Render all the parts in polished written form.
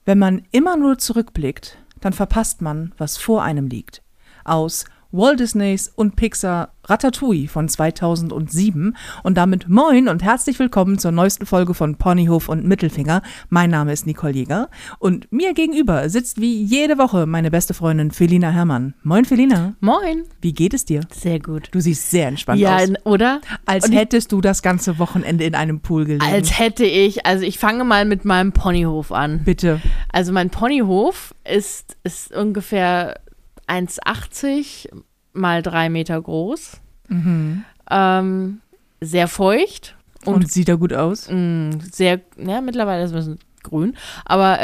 Wenn man immer nur zurückblickt, dann verpasst man, was vor einem liegt. Aus Walt Disneys und Pixar Ratatouille von 2007 und damit moin und herzlich willkommen zur neuesten Folge von Ponyhof und Mittelfinger. Mein Name ist Nicole Jäger und mir gegenüber sitzt wie jede Woche meine beste Freundin Felina Herrmann. Moin Felina. Moin. Wie geht es dir? Sehr gut. Du siehst sehr entspannt Ja, aus. oder? Als hättest du das ganze Wochenende in einem Pool gelegen. Als hätte ich, also ich fange mal mit meinem Ponyhof an. Bitte. Also mein Ponyhof ist ungefähr 1,80 mal 3 Meter groß. Mhm. Sehr feucht. Und sieht er gut aus? Sehr, ja, mittlerweile ist es ein bisschen grün, aber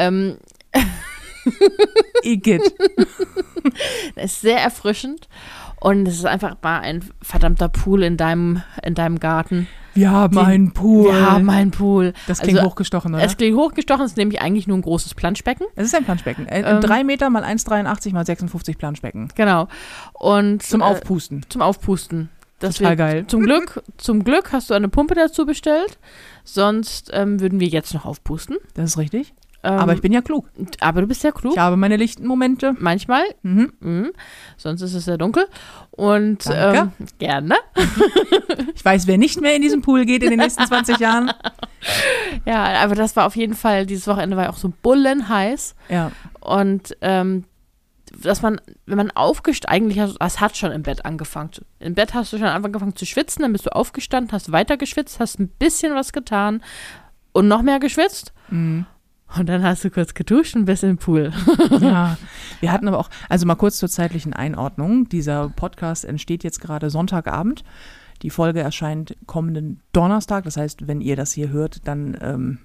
Igitt. es ist sehr erfrischend und es ist einfach mal ein verdammter Pool in deinem Garten. Wir haben einen Pool. Wir haben einen Pool. Das klingt hochgestochen, oder? Es klingt hochgestochen, es ist nämlich eigentlich nur ein großes Planschbecken. Es ist ein Planschbecken. 3 Meter mal 1,83 mal 56 Planschbecken. Genau. Und Zum Aufpusten. Zum Aufpusten. Total geil. Zum Glück hast du eine Pumpe dazu bestellt, sonst würden wir jetzt noch aufpusten. Das ist richtig. Aber ich bin ja klug. Aber du bist ja klug. Ich habe meine lichten Momente. Manchmal. Sonst ist es sehr dunkel. Und gerne. Ich weiß, wer nicht mehr in diesen Pool geht in den nächsten 20 Jahren. Ja, aber das war auf jeden Fall, dieses Wochenende war ja auch so bullenheiß. Ja. Und dass man, wenn man eigentlich, es hat schon im Bett angefangen. Im Bett hast du schon angefangen zu schwitzen, dann bist du aufgestanden, hast weiter geschwitzt, hast ein bisschen was getan und noch mehr geschwitzt. Mhm. Und dann hast du kurz geduscht und bist im Pool. Ja, wir hatten aber auch, also mal kurz zur zeitlichen Einordnung. Dieser Podcast entsteht jetzt gerade Sonntagabend. Die Folge erscheint kommenden Donnerstag. Das heißt, wenn ihr das hier hört, dann,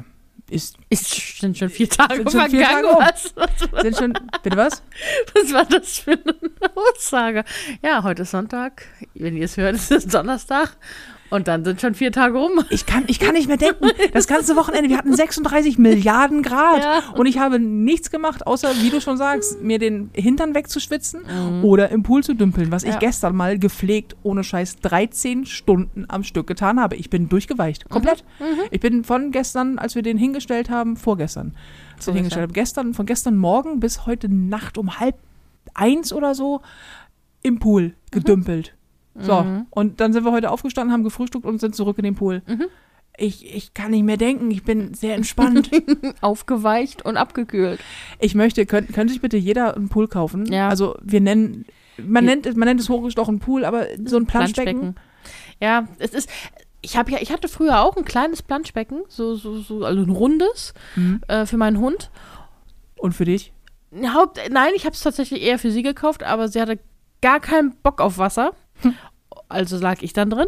sind schon 4 Tage sind schon 4 vergangen. Tage um. Was? Sind schon, bitte was? Was war das für eine Aussage? Ja, heute ist Sonntag. Wenn ihr es hört, ist es Donnerstag. Und dann sind schon 4 Tage rum. Ich kann nicht mehr denken. Das ganze Wochenende, wir hatten 36 Milliarden Grad. Ja. Und ich habe nichts gemacht, außer, wie du schon sagst, mir den Hintern wegzuschwitzen oder im Pool zu dümpeln, was ich gestern mal gepflegt, ohne Scheiß, 13 Stunden am Stück getan habe. Ich bin durchgeweicht. Komplett. Ich bin von gestern, als wir den hingestellt haben, vorgestern, von gestern Morgen bis heute Nacht um 12:30 oder so im Pool gedümpelt. So, und dann sind wir heute aufgestanden, haben gefrühstückt und sind zurück in den Pool. Ich kann nicht mehr denken, ich bin sehr entspannt. Aufgeweicht und abgekühlt. Ich möchte, könnte sich bitte jeder einen Pool kaufen? Ja. Also man nennt es hochgestochen Pool, aber so ein Planschbecken. Ja, es ist, ich hatte früher auch ein kleines Planschbecken, so also ein rundes, für meinen Hund. Und für dich? Nein, ich habe es tatsächlich eher für sie gekauft, aber sie hatte gar keinen Bock auf Wasser. Also lag ich dann drin.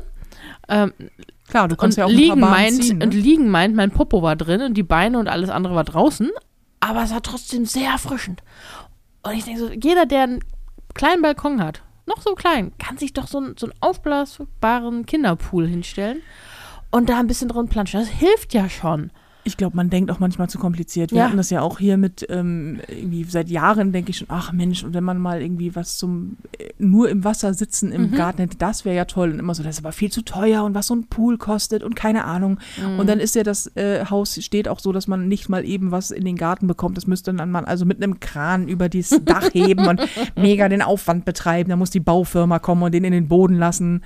Klar, du kannst ja auch liegen ein paar Bahnen ziehen, ne? Und liegen meint, mein Popo war drin und die Beine und alles andere war draußen. Aber es war trotzdem sehr erfrischend. Und ich denke so, jeder, der einen kleinen Balkon hat, noch so klein, kann sich doch so einen aufblasbaren Kinderpool hinstellen und da ein bisschen drin planschen. Das hilft ja schon. Ich glaube, man denkt auch manchmal zu kompliziert. Wir hatten das ja auch hier mit, irgendwie seit Jahren denke ich schon, ach Mensch, und wenn man mal irgendwie was nur im Wasser sitzen im Garten hätte, das wäre ja toll. Und immer so, das ist aber viel zu teuer und was so ein Pool kostet und keine Ahnung. Und dann ist ja das Haus steht auch so, dass man nicht mal eben was in den Garten bekommt. Das müsste dann man also mit einem Kran über das Dach heben und mega den Aufwand betreiben. Da muss die Baufirma kommen und den in den Boden lassen.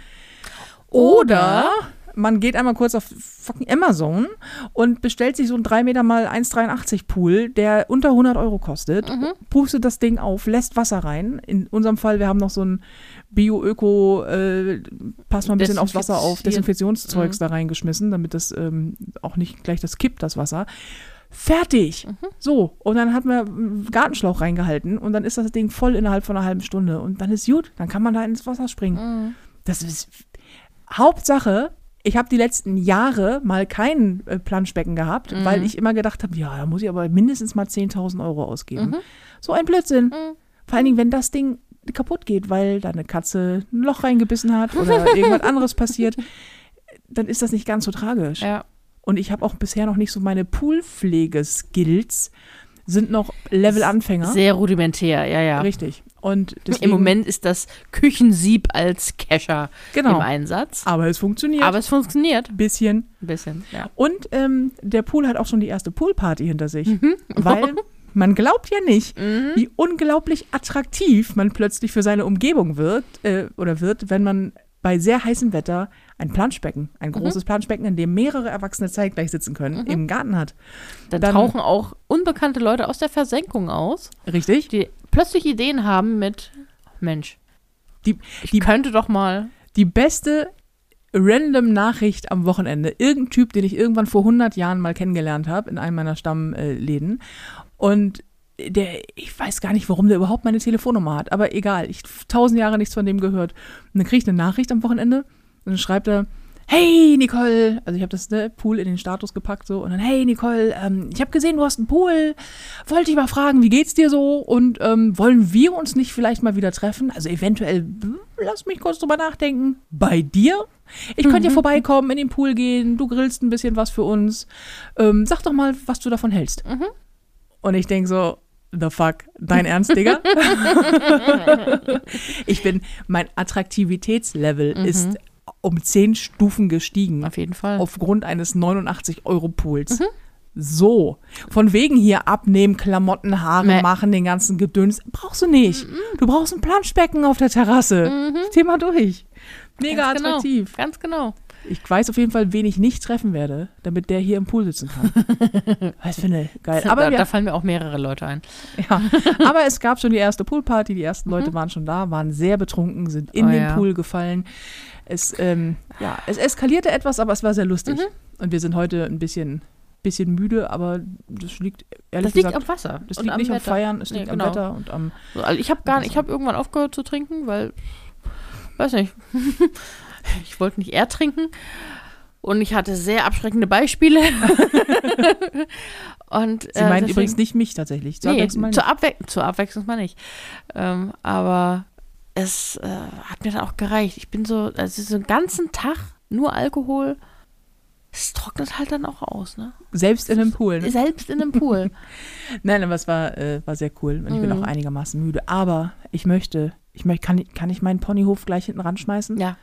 Oder man geht einmal kurz auf fucking Amazon und bestellt sich so einen 3 Meter mal 1,83 Pool, der unter 100 € kostet, pustet das Ding auf, lässt Wasser rein. In unserem Fall, wir haben noch so ein Bio-Öko, passt mal ein bisschen aufs Wasser auf, Desinfektionszeugs da reingeschmissen, damit das auch nicht gleich das kippt, das Wasser. Fertig. So, und dann hat man einen Gartenschlauch reingehalten und dann ist das Ding voll innerhalb von einer halben Stunde und dann ist gut, dann kann man da ins Wasser springen. Das ist Hauptsache. Ich habe die letzten Jahre mal kein Planschbecken gehabt, weil ich immer gedacht habe, ja, da muss ich aber mindestens mal 10.000 € ausgeben. So ein Blödsinn. Vor allen Dingen, wenn das Ding kaputt geht, weil da eine Katze ein Loch reingebissen hat oder irgendwas anderes passiert, dann ist das nicht ganz so tragisch. Ja. Und ich habe auch bisher noch nicht so meine Poolpflege-Skills, sind noch Level-Anfänger. Sehr rudimentär, ja. Richtig. Und deswegen, im Moment ist das Küchensieb als Kescher Genau. im Einsatz. Aber es funktioniert. Aber es funktioniert. Bisschen. Ein bisschen, ja. Und der Pool hat auch schon die erste Poolparty hinter sich. Weil man glaubt ja nicht, wie unglaublich attraktiv man plötzlich für seine Umgebung wird, wenn man bei sehr heißem Wetter ein Planschbecken, ein großes Planschbecken, in dem mehrere Erwachsene zeitgleich sitzen können, im Garten hat. Dann tauchen auch unbekannte Leute aus der Versenkung aus, Richtig. die plötzlich Ideen haben mit, Mensch, Die könnte doch mal. Die beste random Nachricht am Wochenende. Irgendein Typ, den ich irgendwann vor 100 Jahren mal kennengelernt habe, in einem meiner Stammläden. Und ich weiß gar nicht, warum der überhaupt meine Telefonnummer hat, aber egal, ich 1000 Jahre nichts von dem gehört. Und dann kriege ich eine Nachricht am Wochenende und dann schreibt er, hey Nicole, also ich habe das Pool in den Status gepackt so und dann, hey Nicole, ich habe gesehen, du hast einen Pool, wollte ich mal fragen, wie geht's dir so und wollen wir uns nicht vielleicht mal wieder treffen? Also eventuell, lass mich kurz drüber nachdenken, bei dir? Ich könnte ja vorbeikommen, in den Pool gehen, du grillst ein bisschen was für uns, sag doch mal, was du davon hältst. Und ich denke so, the fuck, dein Ernst, Digga? Mein Attraktivitätslevel ist um 10 Stufen gestiegen. Auf jeden Fall. Aufgrund eines 89-Euro-Pools. So. Von wegen hier abnehmen, Klamotten, Haare machen, den ganzen Gedöns. Brauchst du nicht. Du brauchst ein Planschbecken auf der Terrasse. Thema durch. Mega Ganz attraktiv. Genau. Ganz genau. Ich weiß auf jeden Fall, wen ich nicht treffen werde, damit der hier im Pool sitzen kann. Das finde ich geil. Aber da fallen mir auch mehrere Leute ein. Ja, aber es gab schon die erste Poolparty, die ersten Leute waren schon da, waren sehr betrunken, sind in den Pool gefallen. Es eskalierte etwas, aber es war sehr lustig. Und wir sind heute ein bisschen müde, aber das liegt ehrlich gesagt am Wasser. Das liegt nicht am Feiern, es liegt am Wetter und am. Also ich habe irgendwann aufgehört zu trinken, weil, weiß nicht, ich wollte nicht trinken und ich hatte sehr abschreckende Beispiele. Und, Sie meinen übrigens nicht mich tatsächlich. Zur Abwechslung mal nicht. Aber es hat mir dann auch gereicht. Ich bin so einen ganzen Tag nur Alkohol. Es trocknet halt dann auch aus, ne? Selbst in einem Pool. Ne? Selbst in einem Pool. Nein, aber es war sehr cool und ich bin auch einigermaßen müde. Aber kann ich meinen Ponyhof gleich hinten ranschmeißen? Ja.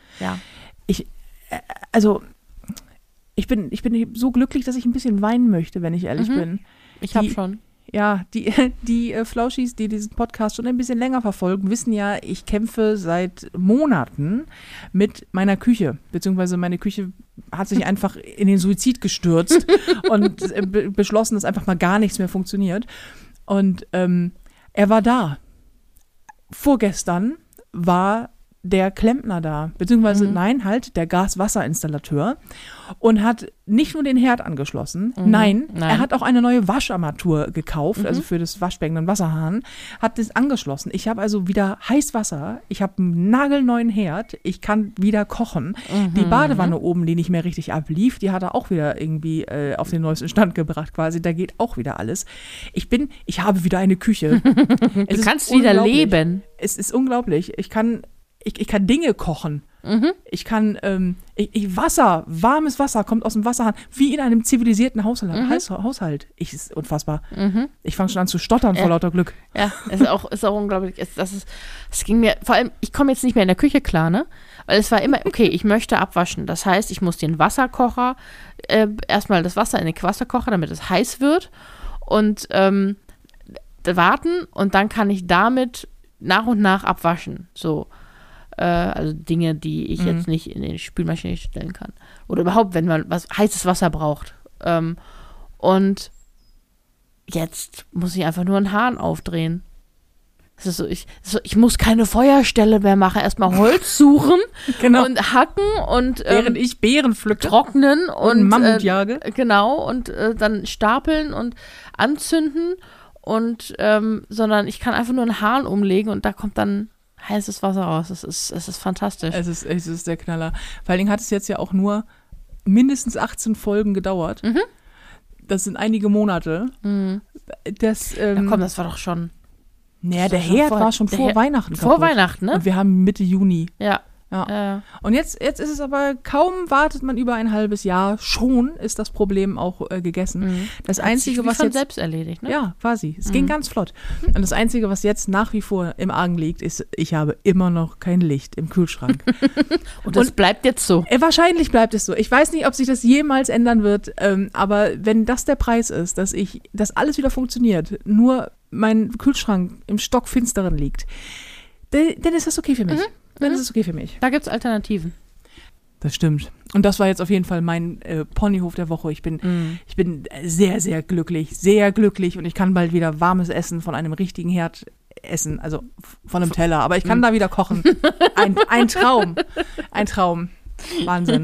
Ich bin so glücklich, dass ich ein bisschen weinen möchte, wenn ich ehrlich bin. Ich habe schon. Ja, die Flauschis, die diesen Podcast schon ein bisschen länger verfolgen, wissen ja, ich kämpfe seit Monaten mit meiner Küche, beziehungsweise meine Küche hat sich einfach in den Suizid gestürzt und beschlossen, dass einfach mal gar nichts mehr funktioniert. Und er war da. Vorgestern war der Klempner da, beziehungsweise der Gas-Wasser-Installateur und hat nicht nur den Herd angeschlossen, nein, er hat auch eine neue Wascharmatur gekauft, also für das Waschbecken und Wasserhahn, hat das angeschlossen. Ich habe also wieder Heißwasser, ich habe einen nagelneuen Herd, ich kann wieder kochen. Die Badewanne oben, die nicht mehr richtig ablief, die hat er auch wieder irgendwie auf den neuesten Stand gebracht quasi, da geht auch wieder alles. Ich habe wieder eine Küche. Du kannst wieder leben. Es ist unglaublich. Ich kann Dinge kochen. Ich kann Wasser, warmes Wasser kommt aus dem Wasserhahn, wie in einem zivilisierten Haushalt. Ist unfassbar. Ich fange schon an zu stottern vor lauter Glück. Ja, ist auch unglaublich. Es ging mir, vor allem, ich komme jetzt nicht mehr in der Küche klar, ne? Weil es war immer, okay, ich möchte abwaschen. Das heißt, ich muss den Wasserkocher, erstmal das Wasser in den Wasserkocher, damit es heiß wird und warten und dann kann ich damit nach und nach abwaschen. So. Also Dinge, die ich jetzt nicht in die Spülmaschine stellen kann. Oder überhaupt, wenn man heißes Wasser braucht. Und jetzt muss ich einfach nur einen Hahn aufdrehen. Das ist so, ich muss keine Feuerstelle mehr machen. Erstmal Holz suchen und hacken und während ich Beeren pflücke, trocknen und Mammut jage. Genau, und dann stapeln und anzünden. Und sondern ich kann einfach nur einen Hahn umlegen und da kommt dann heißes Wasser raus. Es ist fantastisch. Es ist der Knaller. Vor allen Dingen hat es jetzt ja auch nur mindestens 18 Folgen gedauert. Das sind einige Monate. Das war doch schon. Naja, der Herd war schon vor Weihnachten kaputt. Vor Weihnachten, ne? Und wir haben Mitte Juni. Ja. Ja. Und jetzt ist es aber, kaum wartet man über ein halbes Jahr, schon ist das Problem auch gegessen. Das Einzige, was jetzt selbst erledigt, ne? Ja, quasi. Es ging ganz flott. Und das Einzige, was jetzt nach wie vor im Argen liegt, ist, ich habe immer noch kein Licht im Kühlschrank. Und das bleibt jetzt so. Wahrscheinlich bleibt es so. Ich weiß nicht, ob sich das jemals ändern wird, aber wenn das der Preis ist, dass alles wieder funktioniert, nur mein Kühlschrank im Stockfinsteren liegt, dann ist das okay für mich. Dann ist es okay für mich. Da gibt es Alternativen. Das stimmt. Und das war jetzt auf jeden Fall mein Ponyhof der Woche. Ich bin sehr, sehr glücklich und ich kann bald wieder warmes Essen von einem richtigen Herd essen, also von einem Teller. Aber ich kann da wieder kochen. Ein Traum. Ein Traum. Wahnsinn.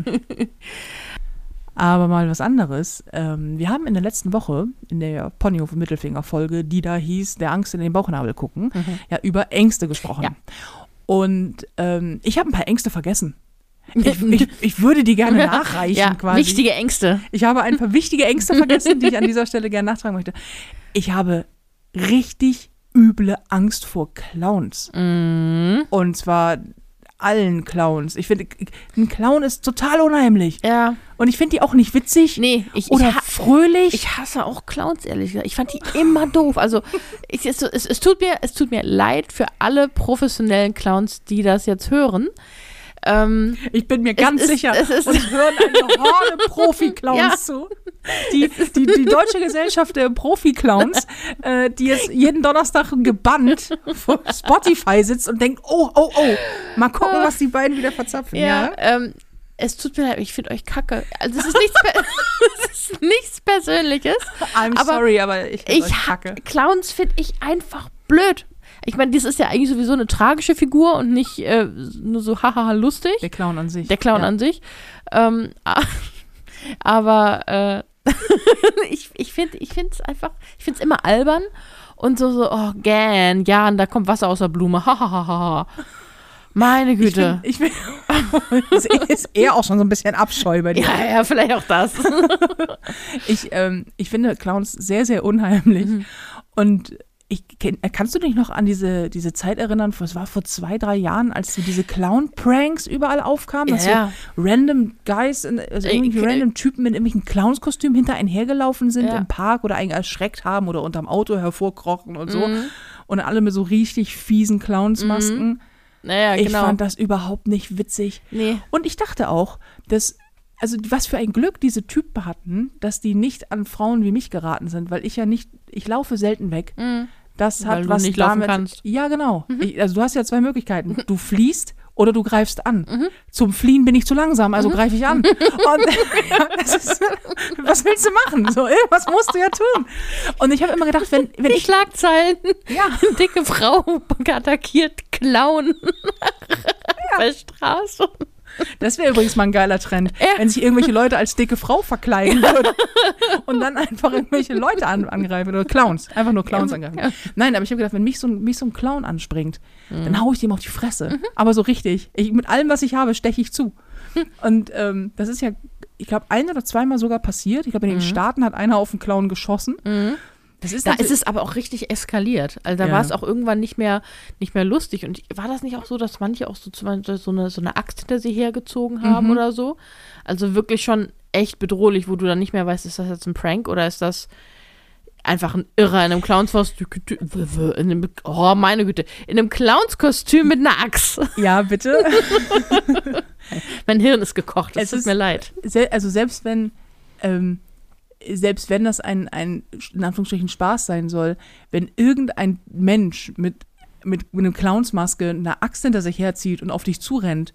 Aber mal was anderes. Wir haben in der letzten Woche, in der Ponyhof- und Mittelfinger-Folge, die da hieß, der Angst in den Bauchnabel gucken, ja über Ängste gesprochen. Ja. Und ich habe ein paar Ängste vergessen. Ich würde die gerne nachreichen quasi. Wichtige Ängste. Ich habe ein paar wichtige Ängste vergessen, die ich an dieser Stelle gerne nachtragen möchte. Ich habe richtig üble Angst vor Clowns. Und zwar allen Clowns. Ich finde, ein Clown ist total unheimlich. Ja. Und ich finde die auch nicht witzig oder fröhlich. Ich hasse auch Clowns, ehrlich gesagt. Ich fand die immer doof. Also es tut mir leid für alle professionellen Clowns, die das jetzt hören. Ich bin mir ganz sicher, uns hören eine Horde Profi-Clowns zu. Die Deutsche Gesellschaft der Profi-Clowns, die jetzt jeden Donnerstag gebannt vor Spotify sitzt und denkt, oh, mal gucken, was die beiden wieder verzapfen. Ja. Es tut mir leid, ich finde euch kacke. Also es ist nichts Persönliches. Sorry, aber ich finde euch kacke. Clowns finde ich einfach blöd. Ich meine, das ist ja eigentlich sowieso eine tragische Figur und nicht nur so hahaha lustig. Der Clown an sich. An sich. Aber ich finde es immer albern und so, oh, gähn, ja, und da kommt Wasser aus der Blume. Hahaha. Meine Güte. Das ist eher auch schon so ein bisschen Abscheu bei dir. Ja, vielleicht auch das. Ich finde Clowns sehr, sehr unheimlich. Und kannst du dich noch an diese Zeit erinnern, es war vor 2-3 Jahren, als so diese Clown-Pranks überall aufkamen, dass so random Guys, also irgendwie random Typen in irgendwelchen Clownskostümen hinter einen hergelaufen sind im Park oder einen erschreckt haben oder unterm Auto hervorkrochen und so. Und alle mit so richtig fiesen Clownsmasken. Naja, genau. Ich fand das überhaupt nicht witzig. Nee. Und ich dachte auch, also was für ein Glück diese Typen hatten, dass die nicht an Frauen wie mich geraten sind, weil ich laufe selten weg. Das hat weil was du nicht damit. Laufen kannst. Ja, genau. Also du hast ja 2 Möglichkeiten. Du fliehst oder du greifst an. Zum Fliehen bin ich zu langsam, also greife ich an. Und was willst du machen? So, irgendwas musst du ja tun. Und ich habe immer gedacht, wenn ich Schlagzeilen, dicke Frau attackiert Clown auf der Straße. Das wäre übrigens mal ein geiler Trend, wenn sich irgendwelche Leute als dicke Frau verkleiden würden und dann einfach irgendwelche Leute angreifen oder Clowns, einfach nur Clowns angreifen. Ja. Nein, aber ich habe gedacht, wenn mich so ein Clown anspringt, dann haue ich dem auf die Fresse. Aber so richtig. Mit allem, was ich habe, steche ich zu. Und das ist ja, ich glaube, 1 oder 2-mal sogar passiert. Ich glaube, in den Staaten hat einer auf einen Clown geschossen. Da ist es aber auch richtig eskaliert. Also da war es auch irgendwann nicht mehr lustig. Und war das nicht auch so, dass manche auch so eine Axt hinter sie hergezogen haben oder so? Also wirklich schon echt bedrohlich, wo du dann nicht mehr weißt, ist das jetzt ein Prank oder ist das einfach ein Irrer in einem Clownskostüm? Oh, meine Güte. In einem Clownskostüm mit einer Axt. Ja, bitte. Mein Hirn ist gekocht, es tut mir leid. Also selbst wenn das ein in Anführungsstrichen Spaß sein soll, wenn irgendein Mensch mit einer Clownsmaske eine Axt hinter sich herzieht und auf dich zurennt,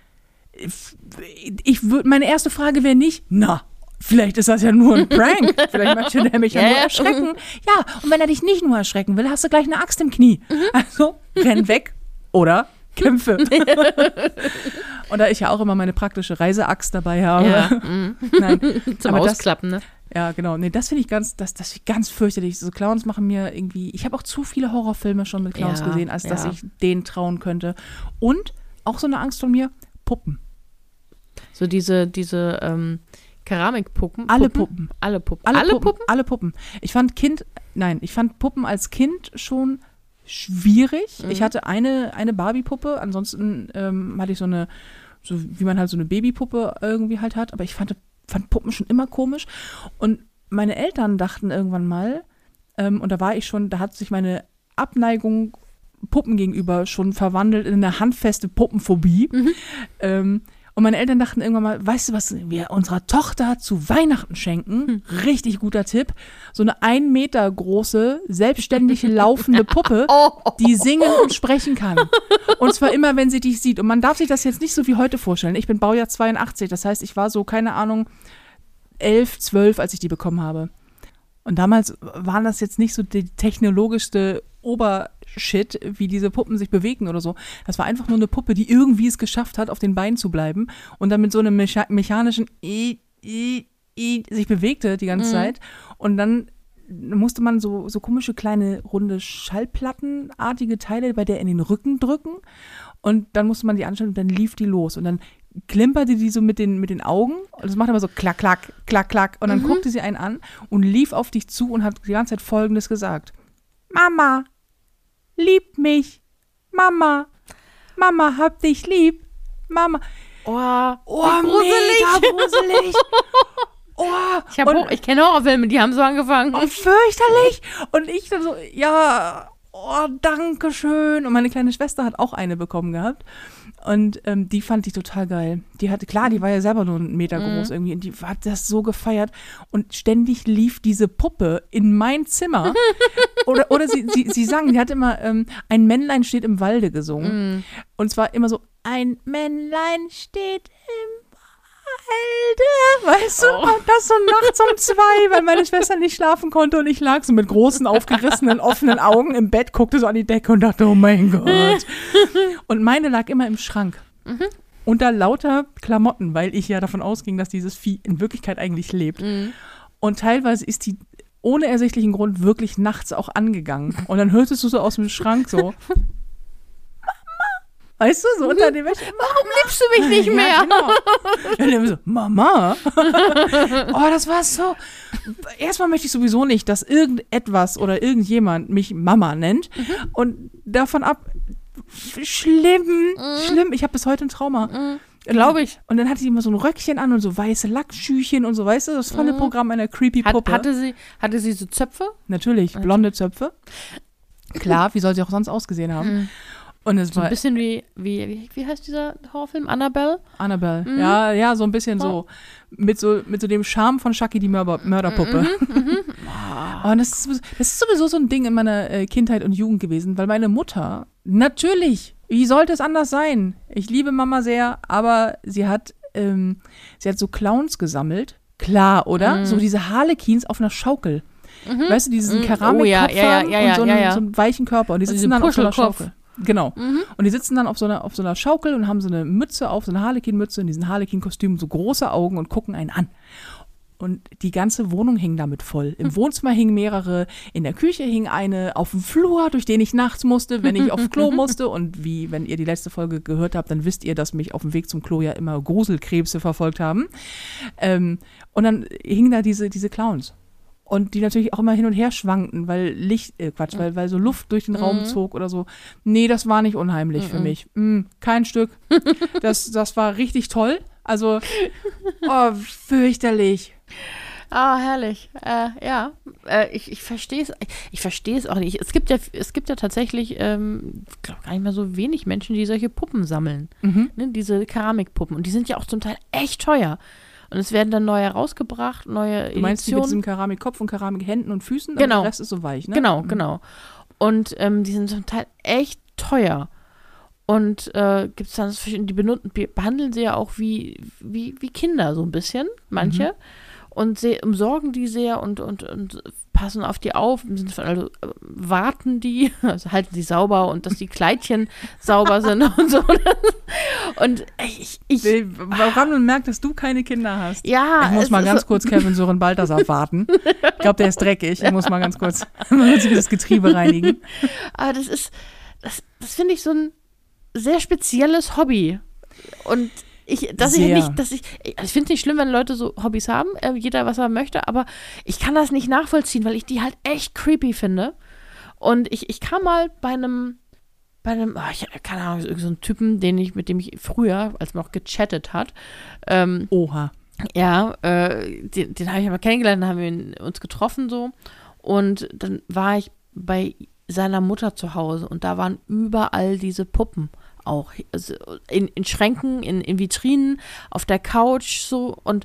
meine erste Frage wäre nicht, vielleicht ist das ja nur ein Prank. Vielleicht möchte der mich ja nur erschrecken. Ja, und wenn er dich nicht nur erschrecken will, hast du gleich eine Axt im Knie. Also renn weg oder kämpfe. Und da ich ja auch immer meine praktische Reiseaxt dabei habe. Nein, zum Ausklappen, ne? Ja, genau. Nee, das finde ich ganz fürchterlich. So Clowns machen mir irgendwie, ich habe auch zu viele Horrorfilme schon mit Clowns gesehen, als dass ich denen trauen könnte. Und auch so eine Angst von mir, Puppen. So diese Keramikpuppen. Alle Puppen. Alle Puppen. Ich fand Puppen als Kind schon schwierig. Ich hatte eine Barbie-Puppe, ansonsten hatte ich so wie man halt so eine Babypuppe irgendwie halt hat, aber ich fand Puppen schon immer komisch. Und meine Eltern dachten irgendwann mal, und da hat sich meine Abneigung Puppen gegenüber schon verwandelt in eine handfeste Puppenphobie. Und meine Eltern dachten irgendwann mal, weißt du, was wir unserer Tochter zu Weihnachten schenken? Richtig guter Tipp. So eine 1 Meter große, selbstständig laufende Puppe, die singen und sprechen kann. Und zwar immer, wenn sie dich sieht. Und man darf sich das jetzt nicht so wie heute vorstellen. Ich bin Baujahr 82, das heißt, ich war so, keine Ahnung, 11, 12, als ich die bekommen habe. Und damals waren das jetzt nicht so die technologischste Obershit, wie diese Puppen sich bewegen oder so. Das war einfach nur eine Puppe, die irgendwie es geschafft hat, auf den Beinen zu bleiben und dann mit so einem mechanischen sich bewegte die ganze Zeit. Und dann musste man so komische kleine runde Schallplattenartige Teile bei der in den Rücken drücken und dann musste man die anstellen und dann lief die los und dann klimperte die so mit den Augen und das macht aber so klack, klack, klack, klack und dann guckte sie einen an und lief auf dich zu und hat die ganze Zeit Folgendes gesagt: Mama, lieb mich, Mama, hab dich lieb, Mama. Mega gruselig. Ich kenne Horrorfilme, die haben so angefangen. Fürchterlich. Und ich dann so, ja, danke schön. Und meine kleine Schwester hat auch eine bekommen gehabt. Und die fand ich total geil. Die war ja selber nur 1 Meter groß irgendwie. Und die hat das so gefeiert. Und ständig lief diese Puppe in mein Zimmer. oder sie sang, die hat immer ein Männlein steht im Walde gesungen. Und zwar immer so, ein Männlein steht im Walde, weißt du, und das so nachts um 2, weil meine Schwester nicht schlafen konnte und ich lag so mit großen, aufgerissenen, offenen Augen im Bett, guckte so an die Decke und dachte, oh mein Gott. Und meine lag immer im Schrank. Unter lauter Klamotten, weil ich ja davon ausging, dass dieses Vieh in Wirklichkeit eigentlich lebt. Und teilweise ist die ohne ersichtlichen Grund wirklich nachts auch angegangen. Und dann hörtest du so aus dem Schrank so, weißt du, so unter dem Wäsche. Warum liebst du mich nicht mehr? Ja, genau. Und dann so, Mama. Das war so. Erstmal möchte ich sowieso nicht, dass irgendetwas oder irgendjemand mich Mama nennt. Und davon ab, schlimm. Ich habe bis heute ein Trauma. Glaube ich. Und dann hatte sie immer so ein Röckchen an und so weiße Lackschüchen und so, weißt du, das volle Programm einer creepy Puppe. Hatte sie so Zöpfe? Natürlich, blonde Zöpfe. Klar, wie soll sie auch sonst ausgesehen haben? Und es war ein bisschen wie heißt dieser Horrorfilm? Annabelle? Ja, so ein bisschen so. Mit so dem Charme von Chucky die Mörderpuppe. Und das ist sowieso so ein Ding in meiner Kindheit und Jugend gewesen, weil meine Mutter, natürlich, wie sollte es anders sein? Ich liebe Mama sehr, aber sie hat so Clowns gesammelt. Klar, oder? So diese Harlequins auf einer Schaukel. Weißt du, diesen Keramikkopf und so einen weichen Körper. Und die sitzen dann auf so einer Schaukel. Genau. Und die sitzen dann auf so einer Schaukel und haben so eine Mütze auf, so eine Harlequin-Mütze in diesen Harlequin-Kostümen, so große Augen und gucken einen an. Und die ganze Wohnung hing damit voll. Im Wohnzimmer hingen mehrere, in der Küche hing eine, auf dem Flur, durch den ich nachts musste, wenn ich aufs Klo musste. Und wenn ihr die letzte Folge gehört habt, dann wisst ihr, dass mich auf dem Weg zum Klo ja immer Gruselkrebse verfolgt haben. Und dann hingen da diese Clowns. Und die natürlich auch immer hin und her schwankten, weil weil so Luft durch den Raum zog oder so. Nee, das war nicht unheimlich für mich. Kein Stück. Das war richtig toll. Also, fürchterlich. Herrlich. Ich verstehe es. Ich verstehe es auch nicht. Es gibt ja tatsächlich, glaube gar nicht mehr so wenig Menschen, die solche Puppen sammeln. Ne, diese Keramikpuppen. Und die sind ja auch zum Teil echt teuer. Und es werden dann neue rausgebracht, neue Editionen. Du meinst die mit diesem Keramikkopf und Keramikhänden und Füßen? Genau. Aber der Rest ist so weich, ne? Genau. Und die sind zum Teil echt teuer. Und gibt es dann die behandeln sie ja auch wie Kinder so ein bisschen, manche. Und umsorgen die sehr und passen auf die auf, also warten die, also halten sie sauber und dass die Kleidchen sauber sind und so. Und woran man merkt, dass du keine Kinder hast. Ja. Ich muss mal ganz kurz Kevin Sören Balthasar warten. Ich glaube, der ist dreckig. Ich muss mal ganz kurz das Getriebe reinigen. Aber das finde ich so ein sehr spezielles Hobby. Und ich finde es nicht schlimm, wenn Leute so Hobbys haben, jeder was er möchte, aber ich kann das nicht nachvollziehen, weil ich die halt echt creepy finde. Und ich kam mal bei einem, keine Ahnung, so einen Typen, mit dem ich früher, als man noch gechattet hat, Oha. ja, den habe ich mal kennengelernt, dann haben wir uns getroffen so. Und dann war ich bei seiner Mutter zu Hause und da waren überall diese Puppen auch. Also in Schränken, in Vitrinen, auf der Couch so und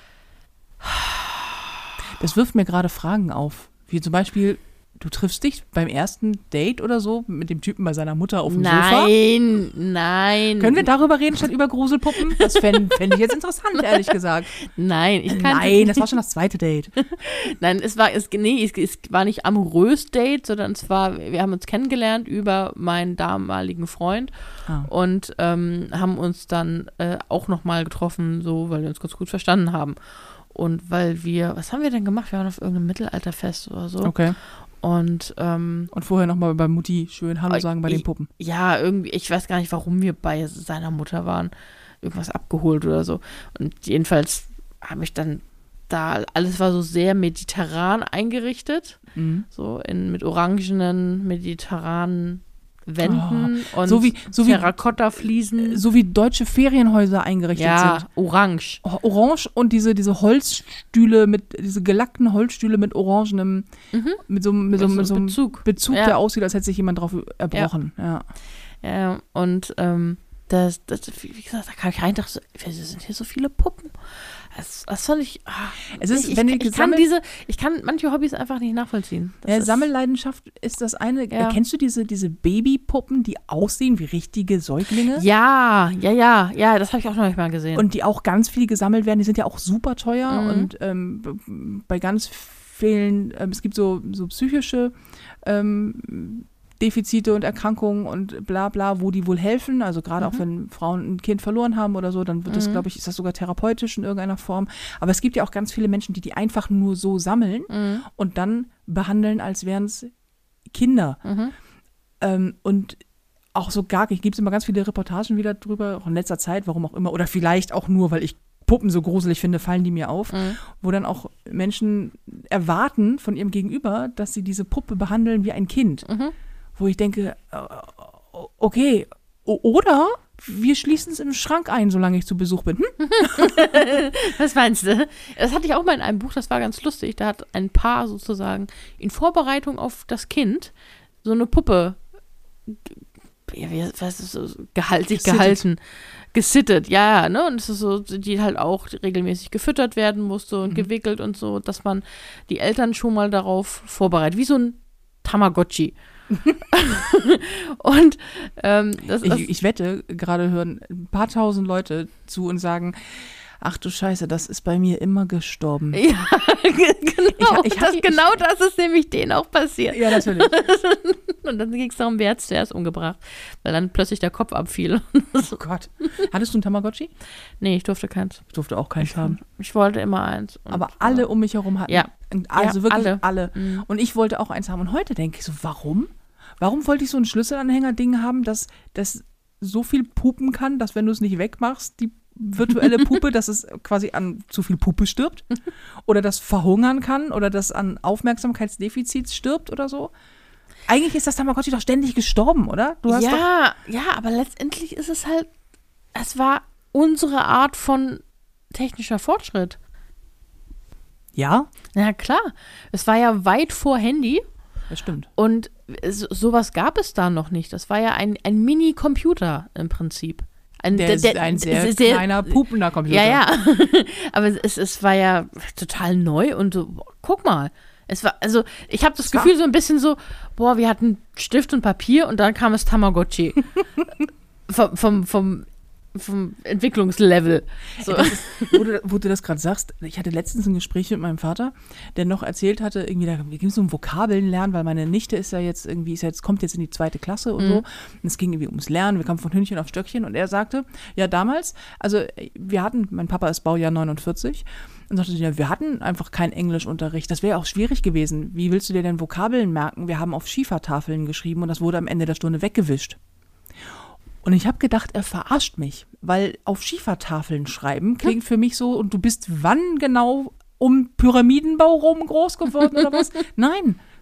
das wirft mir gerade Fragen auf. Wie zum Beispiel, du triffst dich beim ersten Date oder so mit dem Typen bei seiner Mutter auf dem Sofa. Nein. Können wir darüber reden statt über Gruselpuppen? Das fände ich jetzt interessant, ehrlich gesagt. Nein, das war schon das zweite Date. Nein, es war nicht amorös Date, sondern wir haben uns kennengelernt über meinen damaligen Freund und haben uns dann auch nochmal getroffen, so, weil wir uns ganz gut verstanden haben. Und weil was haben wir denn gemacht? Wir waren auf irgendeinem Mittelalterfest oder so. Okay. Und vorher nochmal bei Mutti schön Hallo sagen bei den Puppen. Ja, irgendwie, ich weiß gar nicht, warum wir bei seiner Mutter waren. Irgendwas abgeholt oder so. Und jedenfalls habe ich dann da, alles war so sehr mediterran eingerichtet. Mhm. So mit orangenen, mediterranen Wänden und so wie Terrakotta-Fliesen. So wie deutsche Ferienhäuser eingerichtet sind. Ja, orange. Orange und diese Holzstühle diese gelackten Holzstühle mit orangenem, mit so einem Bezug, der aussieht, als hätte sich jemand drauf erbrochen. Ja, und das, wie gesagt, da kam ich rein und dachte, sind hier so viele Puppen. Das fand ich. Ich kann manche Hobbys einfach nicht nachvollziehen. Sammelleidenschaft ist das eine. Ja. Kennst du diese Babypuppen, die aussehen wie richtige Säuglinge? Ja, das habe ich auch noch nicht mal gesehen. Und die auch ganz viel gesammelt werden, die sind ja auch super teuer und bei ganz vielen, es gibt so psychische Defizite und Erkrankungen und bla bla, wo die wohl helfen. Also gerade auch wenn Frauen ein Kind verloren haben oder so, dann wird das, glaube ich, ist das sogar therapeutisch in irgendeiner Form. Aber es gibt ja auch ganz viele Menschen, die einfach nur so sammeln und dann behandeln, als wären es Kinder. Und auch so gibt es immer ganz viele Reportagen wieder drüber, auch in letzter Zeit, warum auch immer, oder vielleicht auch nur, weil ich Puppen so gruselig finde, fallen die mir auf, wo dann auch Menschen erwarten von ihrem Gegenüber, dass sie diese Puppe behandeln wie ein Kind. Wo ich denke, okay, oder wir schließen es im Schrank ein, solange ich zu Besuch bin. Was meinst du? Das hatte ich auch mal in einem Buch, das war ganz lustig. Da hat ein Paar sozusagen in Vorbereitung auf das Kind so eine Puppe gehalten. Gesittet, ja, ne? Und es ist so, die halt auch regelmäßig gefüttert werden musste und gewickelt und so, dass man die Eltern schon mal darauf vorbereitet. Wie so ein Tamagotchi. Und ich wette, gerade hören ein paar tausend Leute zu und sagen, ach du Scheiße, das ist bei mir immer gestorben. Ja, genau. Das ist nämlich denen auch passiert. Ja, natürlich. Und dann ging es darum, wer hat es zuerst umgebracht, weil dann plötzlich der Kopf abfiel. Oh Gott. Hattest du ein Tamagotchi? Nee, ich durfte keins. Ich durfte auch keins haben. Ich wollte immer eins. Aber alle um mich herum hatten. Ja. Also wirklich alle. Und ich wollte auch eins haben. Und heute denke ich so, warum? Warum wollte ich so ein Schlüsselanhänger-Ding haben, das so viel pupen kann, dass wenn du es nicht wegmachst, die virtuelle Puppe, dass es quasi an zu viel Puppe stirbt? Oder das verhungern kann? Oder das an Aufmerksamkeitsdefizit stirbt oder so? Eigentlich ist das Tamagotchi doch ständig gestorben, oder? Ja, aber letztendlich ist es halt, es war unsere Art von technischer Fortschritt. Ja? Ja, klar. Es war ja weit vor Handy. Das stimmt. Und sowas gab es da noch nicht. Das war ja ein Mini-Computer im Prinzip. Ein sehr kleiner, pupender Computer. Ja. Aber es war ja total neu und so, guck mal. Ich habe das Gefühl so ein bisschen so, wir hatten Stift und Papier und dann kam es Tamagotchi. vom Entwicklungslevel. So. Wo du das gerade sagst, ich hatte letztens ein Gespräch mit meinem Vater, der noch erzählt hatte, irgendwie, da ging es um Vokabeln lernen, weil meine Nichte ist ja jetzt irgendwie, kommt jetzt in die 2. Klasse und so. Und es ging irgendwie ums Lernen, wir kamen von Hündchen auf Stöckchen und er sagte, ja damals, also mein Papa ist Baujahr 49 und sagte, ja, wir hatten einfach keinen Englischunterricht. Das wäre auch schwierig gewesen. Wie willst du dir denn Vokabeln merken? Wir haben auf Schiefertafeln geschrieben und das wurde am Ende der Stunde weggewischt. Und ich habe gedacht, er verarscht mich, weil auf Schiefertafeln schreiben klingt für mich so, und du bist wann genau um Pyramidenbau rum groß geworden oder was? Nein,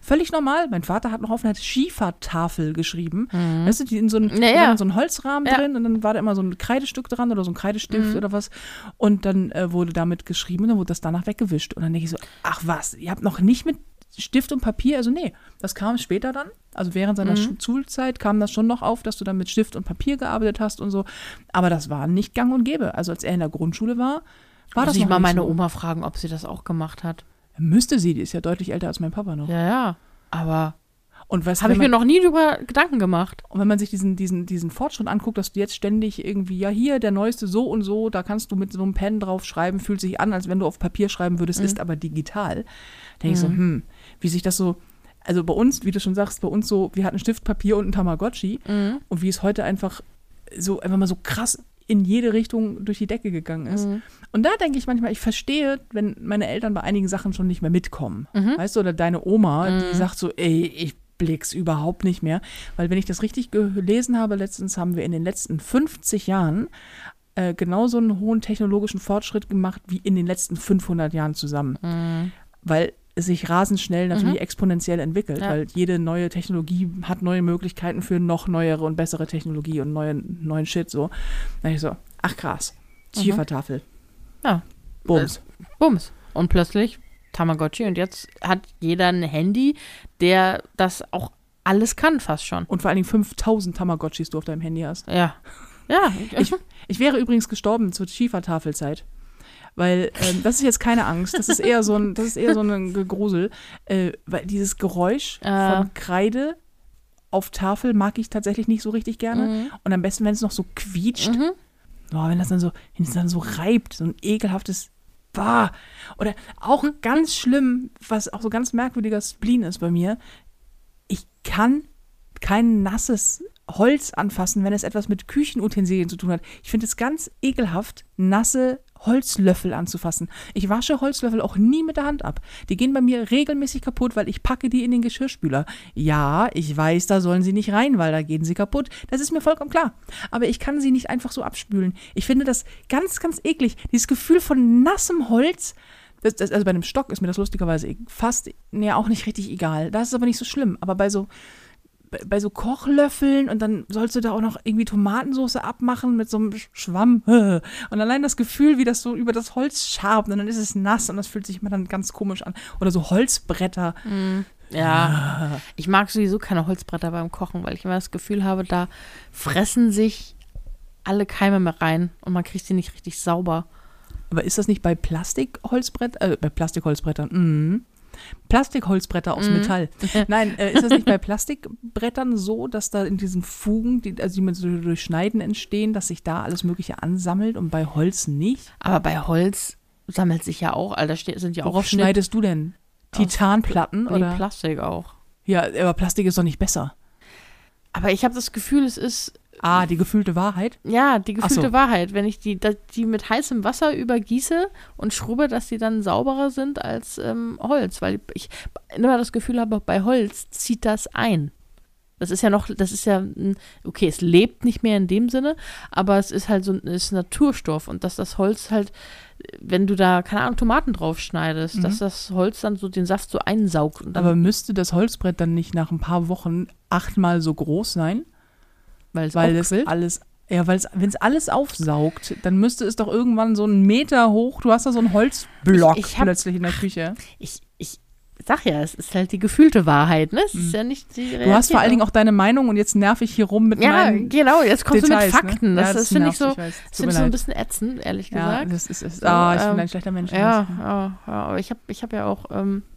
völlig normal. Mein Vater hat noch auf einer Schiefertafel geschrieben. Weißt du, die in so einem Holzrahmen drin und dann war da immer so ein Kreidestück dran oder so ein Kreidestift oder was. Und dann wurde damit geschrieben und dann wurde das danach weggewischt. Und dann denke ich so, ach was, ihr habt noch nicht mit Stift und Papier? Also nee, das kam später dann. Also während seiner Schulzeit kam das schon noch auf, dass du dann mit Stift und Papier gearbeitet hast und so. Aber das war nicht gang und gäbe. Also als er in der Grundschule war das noch nicht so. Muss ich mal meine Oma fragen, ob sie das auch gemacht hat. Müsste sie, die ist ja deutlich älter als mein Papa noch. Ja, aber und habe ich mir noch nie drüber Gedanken gemacht. Und wenn man sich diesen Fortschritt anguckt, dass du jetzt ständig irgendwie, ja hier, der neueste so und so, da kannst du mit so einem Pen drauf schreiben, fühlt sich an, als wenn du auf Papier schreiben würdest, ist aber digital. Da denke ich so, wie sich das so, also bei uns, wie du schon sagst, bei uns so, wir hatten Stift, Papier und ein Tamagotchi und wie es heute einfach mal so krass in jede Richtung durch die Decke gegangen ist. Und da denke ich manchmal, ich verstehe, wenn meine Eltern bei einigen Sachen schon nicht mehr mitkommen. Weißt du, oder deine Oma, die sagt so, ey, ich blick's überhaupt nicht mehr. Weil wenn ich das richtig gelesen habe, letztens haben wir in den letzten 50 Jahren genauso einen hohen technologischen Fortschritt gemacht wie in den letzten 500 Jahren zusammen. Weil es sich rasend schnell natürlich exponentiell entwickelt, weil jede neue Technologie hat neue Möglichkeiten für noch neuere und bessere Technologie und neuen Shit so. Dann ich so, ach krass, Schiefertafel. Ja. Bums. Bums. Und plötzlich Tamagotchi und jetzt hat jeder ein Handy, der das auch alles kann fast schon. Und vor allen Dingen 5000 Tamagotchis du auf deinem Handy hast. Ja. Ich wäre übrigens gestorben zur Schiefertafelzeit. Weil das ist jetzt keine Angst, das ist eher so ein Gegrusel. Weil dieses Geräusch von Kreide auf Tafel mag ich tatsächlich nicht so richtig gerne. Und am besten, wenn es noch so quietscht. Wenn es dann so reibt, so ein ekelhaftes Oder auch ganz schlimm, was auch so ganz merkwürdiger Spleen ist bei mir. Ich kann kein nasses Holz anfassen, wenn es etwas mit Küchenutensilien zu tun hat. Ich finde es ganz ekelhaft, nasse Holzlöffel anzufassen. Ich wasche Holzlöffel auch nie mit der Hand ab. Die gehen bei mir regelmäßig kaputt, weil ich packe die in den Geschirrspüler. Ja, ich weiß, da sollen sie nicht rein, weil da gehen sie kaputt. Das ist mir vollkommen klar. Aber ich kann sie nicht einfach so abspülen. Ich finde das ganz, ganz eklig. Dieses Gefühl von nassem Holz, also bei einem Stock ist mir das lustigerweise fast auch nicht richtig egal. Das ist aber nicht so schlimm. Aber bei so Kochlöffeln und dann sollst du da auch noch irgendwie Tomatensauce abmachen mit so einem Schwamm. Und allein das Gefühl, wie das so über das Holz schabt und dann ist es nass und das fühlt sich immer dann ganz komisch an. Oder so Holzbretter. Ja, ich mag sowieso keine Holzbretter beim Kochen, weil ich immer das Gefühl habe, da fressen sich alle Keime mehr rein und man kriegt sie nicht richtig sauber. Aber ist das nicht bei Plastikholzbrettern? Plastikholzbretter aus Metall. Nein, ist das nicht bei Plastikbrettern so, dass da in diesen Fugen, die mit so Durchschneiden entstehen, dass sich da alles Mögliche ansammelt und bei Holz nicht? Aber bei Holz sammelt sich ja auch, sind ja auch Worauf schneidest du denn? Titanplatten oder? Plastik auch. Ja, aber Plastik ist doch nicht besser. Aber ich habe das Gefühl, es ist die gefühlte Wahrheit? Ja, die gefühlte Wahrheit. Wenn ich die mit heißem Wasser übergieße und schrubbe, dass die dann sauberer sind als Holz. Weil ich immer das Gefühl habe, bei Holz zieht das ein. Es lebt nicht mehr in dem Sinne, aber es ist halt ist Naturstoff. Und dass das Holz halt, wenn du da, keine Ahnung, Tomaten drauf schneidest, dass das Holz dann so den Saft so einsaugt. Und dann, aber müsste das Holzbrett dann nicht nach ein paar Wochen 8-mal so groß sein? Wenn es alles aufsaugt, dann müsste es doch irgendwann so 1 Meter hoch, du hast da so einen Holzblock plötzlich in der Küche. Ich sag ja, es ist halt die gefühlte Wahrheit, ne? Es ist ja nicht die Realität. Du hast vor allen Dingen auch deine Meinung und jetzt nerv ich hier rum mit meinen genau, jetzt kommst Details, du mit Fakten. Ne? Das finde ich so ein bisschen ätzend, ehrlich gesagt. Ja, ich bin ein schlechter Mensch. Aber ich hab ja auch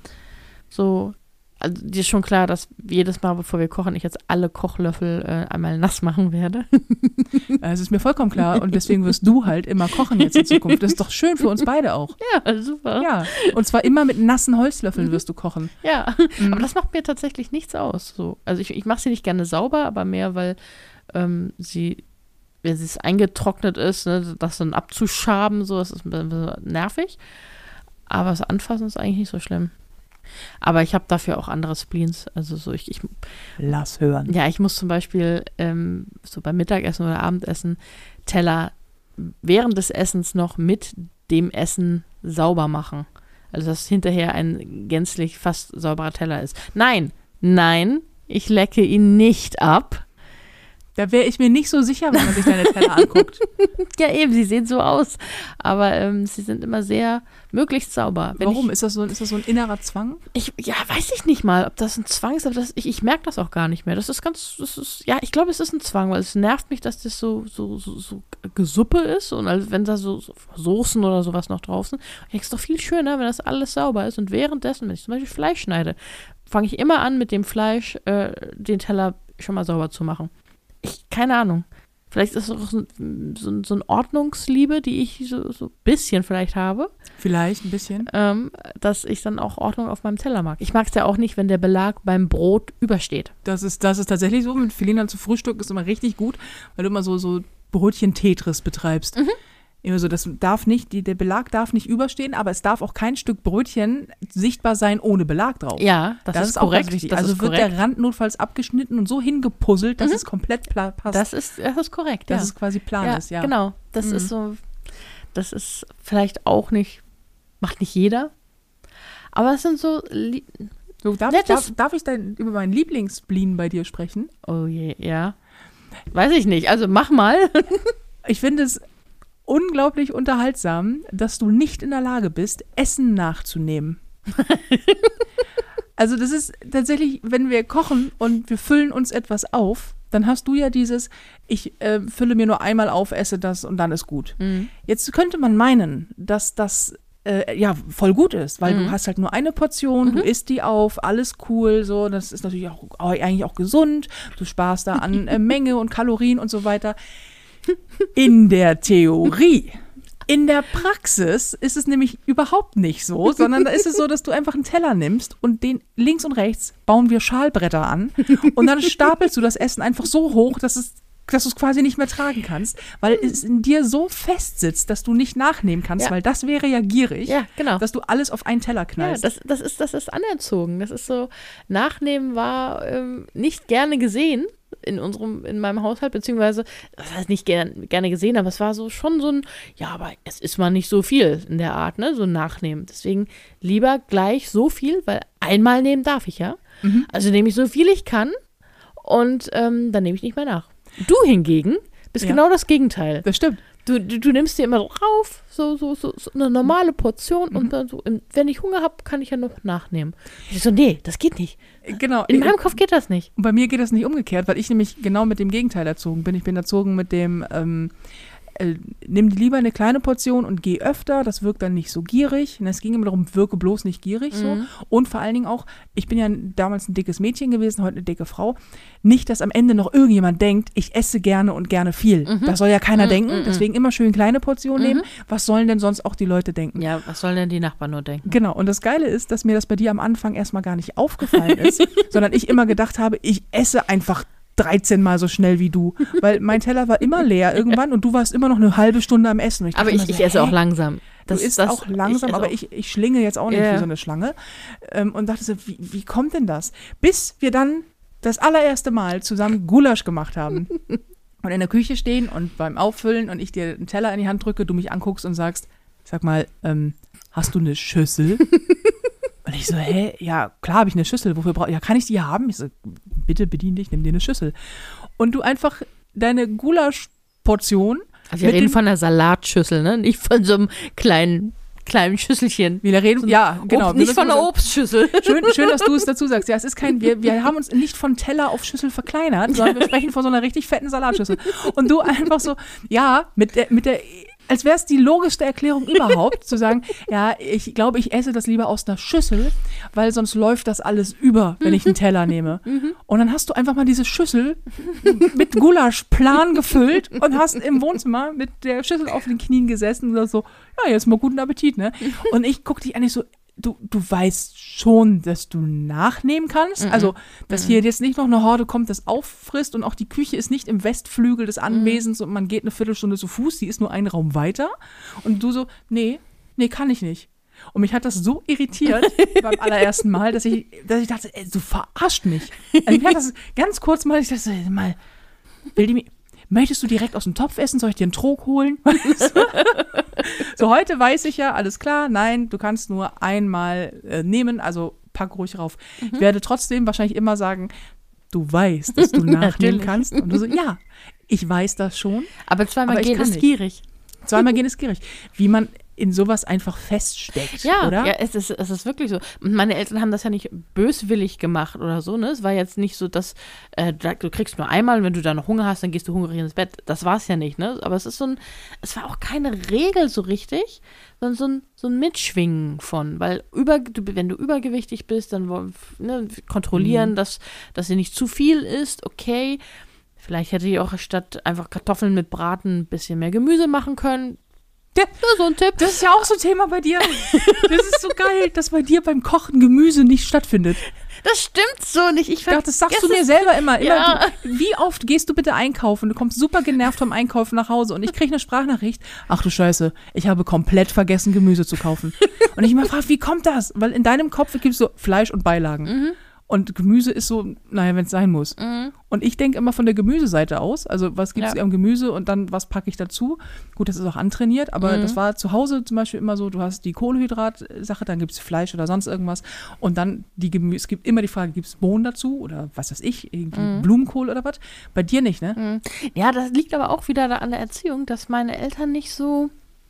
also dir ist schon klar, dass jedes Mal, bevor wir kochen, ich jetzt alle Kochlöffel einmal nass machen werde. Es ist mir vollkommen klar und deswegen wirst du halt immer kochen jetzt in Zukunft. Das ist doch schön für uns beide auch. Ja, super. Ja, und zwar immer mit nassen Holzlöffeln wirst du kochen. Ja, aber das macht mir tatsächlich nichts aus. So. Also ich mache sie nicht gerne sauber, aber mehr, weil wenn sie eingetrocknet ist, ne, das dann abzuschaben, das ist ein bisschen nervig. Aber das Anfassen ist eigentlich nicht so schlimm. Aber ich habe dafür auch andere Spleens. Also so ich lass hören. Ja, ich muss zum Beispiel so beim Mittagessen oder Abendessen Teller während des Essens noch mit dem Essen sauber machen. Also, dass hinterher ein gänzlich fast sauberer Teller ist. Nein, ich lecke ihn nicht ab. Da wäre ich mir nicht so sicher, wenn man sich deine Teller anguckt. Ja, eben, sie sehen so aus. Aber sie sind immer sehr möglichst sauber. Warum? Ist das so ein innerer Zwang? Weiß ich nicht mal, ob das ein Zwang ist, aber ich merke das auch gar nicht mehr. Ich glaube, es ist ein Zwang, weil es nervt mich, dass das so Gesuppe ist und also wenn da so Soßen oder sowas noch drauf sind. Ich denke, es ist doch viel schöner, wenn das alles sauber ist und währenddessen, wenn ich zum Beispiel Fleisch schneide, fange ich immer an, mit dem Fleisch den Teller schon mal sauber zu machen. Keine Ahnung. Vielleicht ist es auch so eine Ordnungsliebe, die ich so ein bisschen vielleicht habe. Vielleicht ein bisschen. Dass ich dann auch Ordnung auf meinem Teller mag. Ich mag es ja auch nicht, wenn der Belag beim Brot übersteht. Das ist tatsächlich so. Mit Felina zu Frühstück ist immer richtig gut, weil du immer so Brötchen-Tetris betreibst. Mhm. Immer so, das darf nicht, der Belag darf nicht überstehen, aber es darf auch kein Stück Brötchen sichtbar sein ohne Belag drauf. Ja, das ist korrekt. Auch wichtig. Also wird der Rand notfalls abgeschnitten und so hingepuzzelt, dass es komplett passt. Das ist korrekt, ja. Dass es quasi plan ist, ja. Genau. Das ist so, das ist vielleicht auch nicht, macht nicht jeder, aber es sind so darf ich dann über meinen Lieblingsblin bei dir sprechen? Oh je, ja. Weiß ich nicht, also mach mal. Ich finde es unglaublich unterhaltsam, dass du nicht in der Lage bist, Essen nachzunehmen. Also das ist tatsächlich, wenn wir kochen und wir füllen uns etwas auf, dann hast du ja dieses, ich fülle mir nur einmal auf, esse das und dann ist gut. Mhm. Jetzt könnte man meinen, dass das voll gut ist, weil du hast halt nur eine Portion, du isst die auf, alles cool, so, das ist natürlich auch eigentlich auch gesund, du sparst da an Menge und Kalorien und so weiter. In der Theorie. In der Praxis ist es nämlich überhaupt nicht so, sondern da ist es so, dass du einfach einen Teller nimmst und den links und rechts bauen wir Schalbretter an und dann stapelst du das Essen einfach so hoch, dass du es quasi nicht mehr tragen kannst, weil es in dir so fest sitzt, dass du nicht nachnehmen kannst, weil das wäre ja gierig, genau. Dass du alles auf einen Teller knallst. Ja, das ist anerzogen. Das ist so, Nachnehmen war nicht gerne gesehen in meinem Haushalt, beziehungsweise, das heißt nicht gerne gesehen, aber es war so schon so ein, ja, aber es ist mal nicht so viel in der Art, ne, so ein Nachnehmen. Deswegen lieber gleich so viel, weil einmal nehmen darf ich ja. Mhm. Also nehme ich so viel ich kann und dann nehme ich nicht mehr nach. Du hingegen bist genau das Gegenteil. Das stimmt. Du nimmst dir immer so rauf, so eine normale Portion und dann so, wenn ich Hunger habe, kann ich ja noch nachnehmen. Ich so, nee, das geht nicht. Genau. In meinem Kopf geht das nicht. Und bei mir geht das nicht umgekehrt, weil ich nämlich genau mit dem Gegenteil erzogen bin. Ich bin erzogen mit dem, nimm lieber eine kleine Portion und geh öfter, das wirkt dann nicht so gierig. Und es ging immer darum, wirke bloß nicht gierig so. Und vor allen Dingen auch, ich bin ja damals ein dickes Mädchen gewesen, heute eine dicke Frau. Nicht, dass am Ende noch irgendjemand denkt, ich esse gerne und gerne viel. Das soll ja keiner denken, deswegen immer schön kleine Portionen nehmen. Was sollen denn sonst auch die Leute denken? Ja, was sollen denn die Nachbarn nur denken? Genau, und das Geile ist, dass mir das bei dir am Anfang erstmal gar nicht aufgefallen ist, sondern ich immer gedacht habe, ich esse einfach 13 Mal so schnell wie du, weil mein Teller war immer leer irgendwann und du warst immer noch eine halbe Stunde am Essen. Aber ich esse auch langsam. Du isst auch langsam, aber ich schlinge jetzt auch nicht wie so eine Schlange und dachte so, wie kommt denn das? Bis wir dann das allererste Mal zusammen Gulasch gemacht haben und in der Küche stehen und beim Auffüllen und ich dir einen Teller in die Hand drücke, du mich anguckst und sagst, sag mal, hast du eine Schüssel? Und ich so, ja, klar habe ich eine Schüssel. Wofür brauche ich? Ja, kann ich die haben? Ich so, bitte bedien dich, nimm dir eine Schüssel. Und du einfach deine Gulaschportion. Also wir reden von einer Salatschüssel, ne? Nicht von so einem kleinen Schüsselchen. Wir reden, genau. Nicht von einer Obstschüssel. Schön, dass du es dazu sagst. Ja, es ist wir haben uns nicht von Teller auf Schüssel verkleinert, sondern wir sprechen von so einer richtig fetten Salatschüssel. Und du einfach so, ja, mit der als wäre es die logischste Erklärung überhaupt, zu sagen, ja, ich glaube, ich esse das lieber aus einer Schüssel, weil sonst läuft das alles über, wenn ich einen Teller nehme. Und dann hast du einfach mal diese Schüssel mit Gulaschplan gefüllt und hast im Wohnzimmer mit der Schüssel auf den Knien gesessen und so, ja, jetzt mal guten Appetit, ne? Und ich gucke dich eigentlich so, du weißt schon, dass du nachnehmen kannst. Also, dass hier jetzt nicht noch eine Horde kommt, das auffrisst und auch die Küche ist nicht im Westflügel des Anwesens und man geht eine Viertelstunde zu Fuß, die ist nur einen Raum weiter. Und du so, nee, kann ich nicht. Und mich hat das so irritiert beim allerersten Mal, dass ich dachte, ey, du verarscht mich. Also, ich hatte das ganz kurz mal, ich dachte, mal, möchtest du direkt aus dem Topf essen? Soll ich dir einen Trog holen? So, heute weiß ich ja, alles klar, nein, du kannst nur einmal nehmen, also pack ruhig rauf. Ich werde trotzdem wahrscheinlich immer sagen, du weißt, dass du nachnehmen kannst. Und du so, ja, ich weiß das schon. Aber zweimal gehen ist gierig. Zweimal gehen ist gierig. Wie man in sowas einfach feststeckt, oder? Ja, es ist wirklich so. Und meine Eltern haben das ja nicht böswillig gemacht oder so, ne? Es war jetzt nicht so, dass du kriegst nur einmal und wenn du dann noch Hunger hast, dann gehst du hungrig ins Bett. Das war es ja nicht, ne? Aber es war auch keine Regel so richtig, sondern so ein Mitschwingen von, weil wenn du übergewichtig bist, dann kontrollieren, dass sie nicht zu viel ist, okay. Vielleicht hätte ich auch statt einfach Kartoffeln mit Braten ein bisschen mehr Gemüse machen können. Ja, so ein Tipp. Das ist ja auch so ein Thema bei dir. Das ist so geil, dass bei dir beim Kochen Gemüse nicht stattfindet. Das stimmt so nicht. Ich dachte, das sagst du mir selber immer. Ja. Wie oft gehst du bitte einkaufen? Du kommst super genervt vom Einkaufen nach Hause und ich kriege eine Sprachnachricht. Ach du Scheiße, ich habe komplett vergessen, Gemüse zu kaufen. Und ich immer frage, wie kommt das? Weil in deinem Kopf gibt es so Fleisch und Beilagen. Und Gemüse ist so, naja, wenn es sein muss. Und ich denke immer von der Gemüseseite aus, also was gibt es am Gemüse und dann was packe ich dazu. Gut, das ist auch antrainiert, aber das war zu Hause zum Beispiel immer so, du hast die Kohlenhydrat-Sache, dann gibt es Fleisch oder sonst irgendwas und dann es gibt immer die Frage, gibt es Bohnen dazu oder was weiß ich, irgendwie Blumenkohl oder was? Bei dir nicht, ne? Ja, das liegt aber auch wieder an der Erziehung, dass meine Eltern nicht so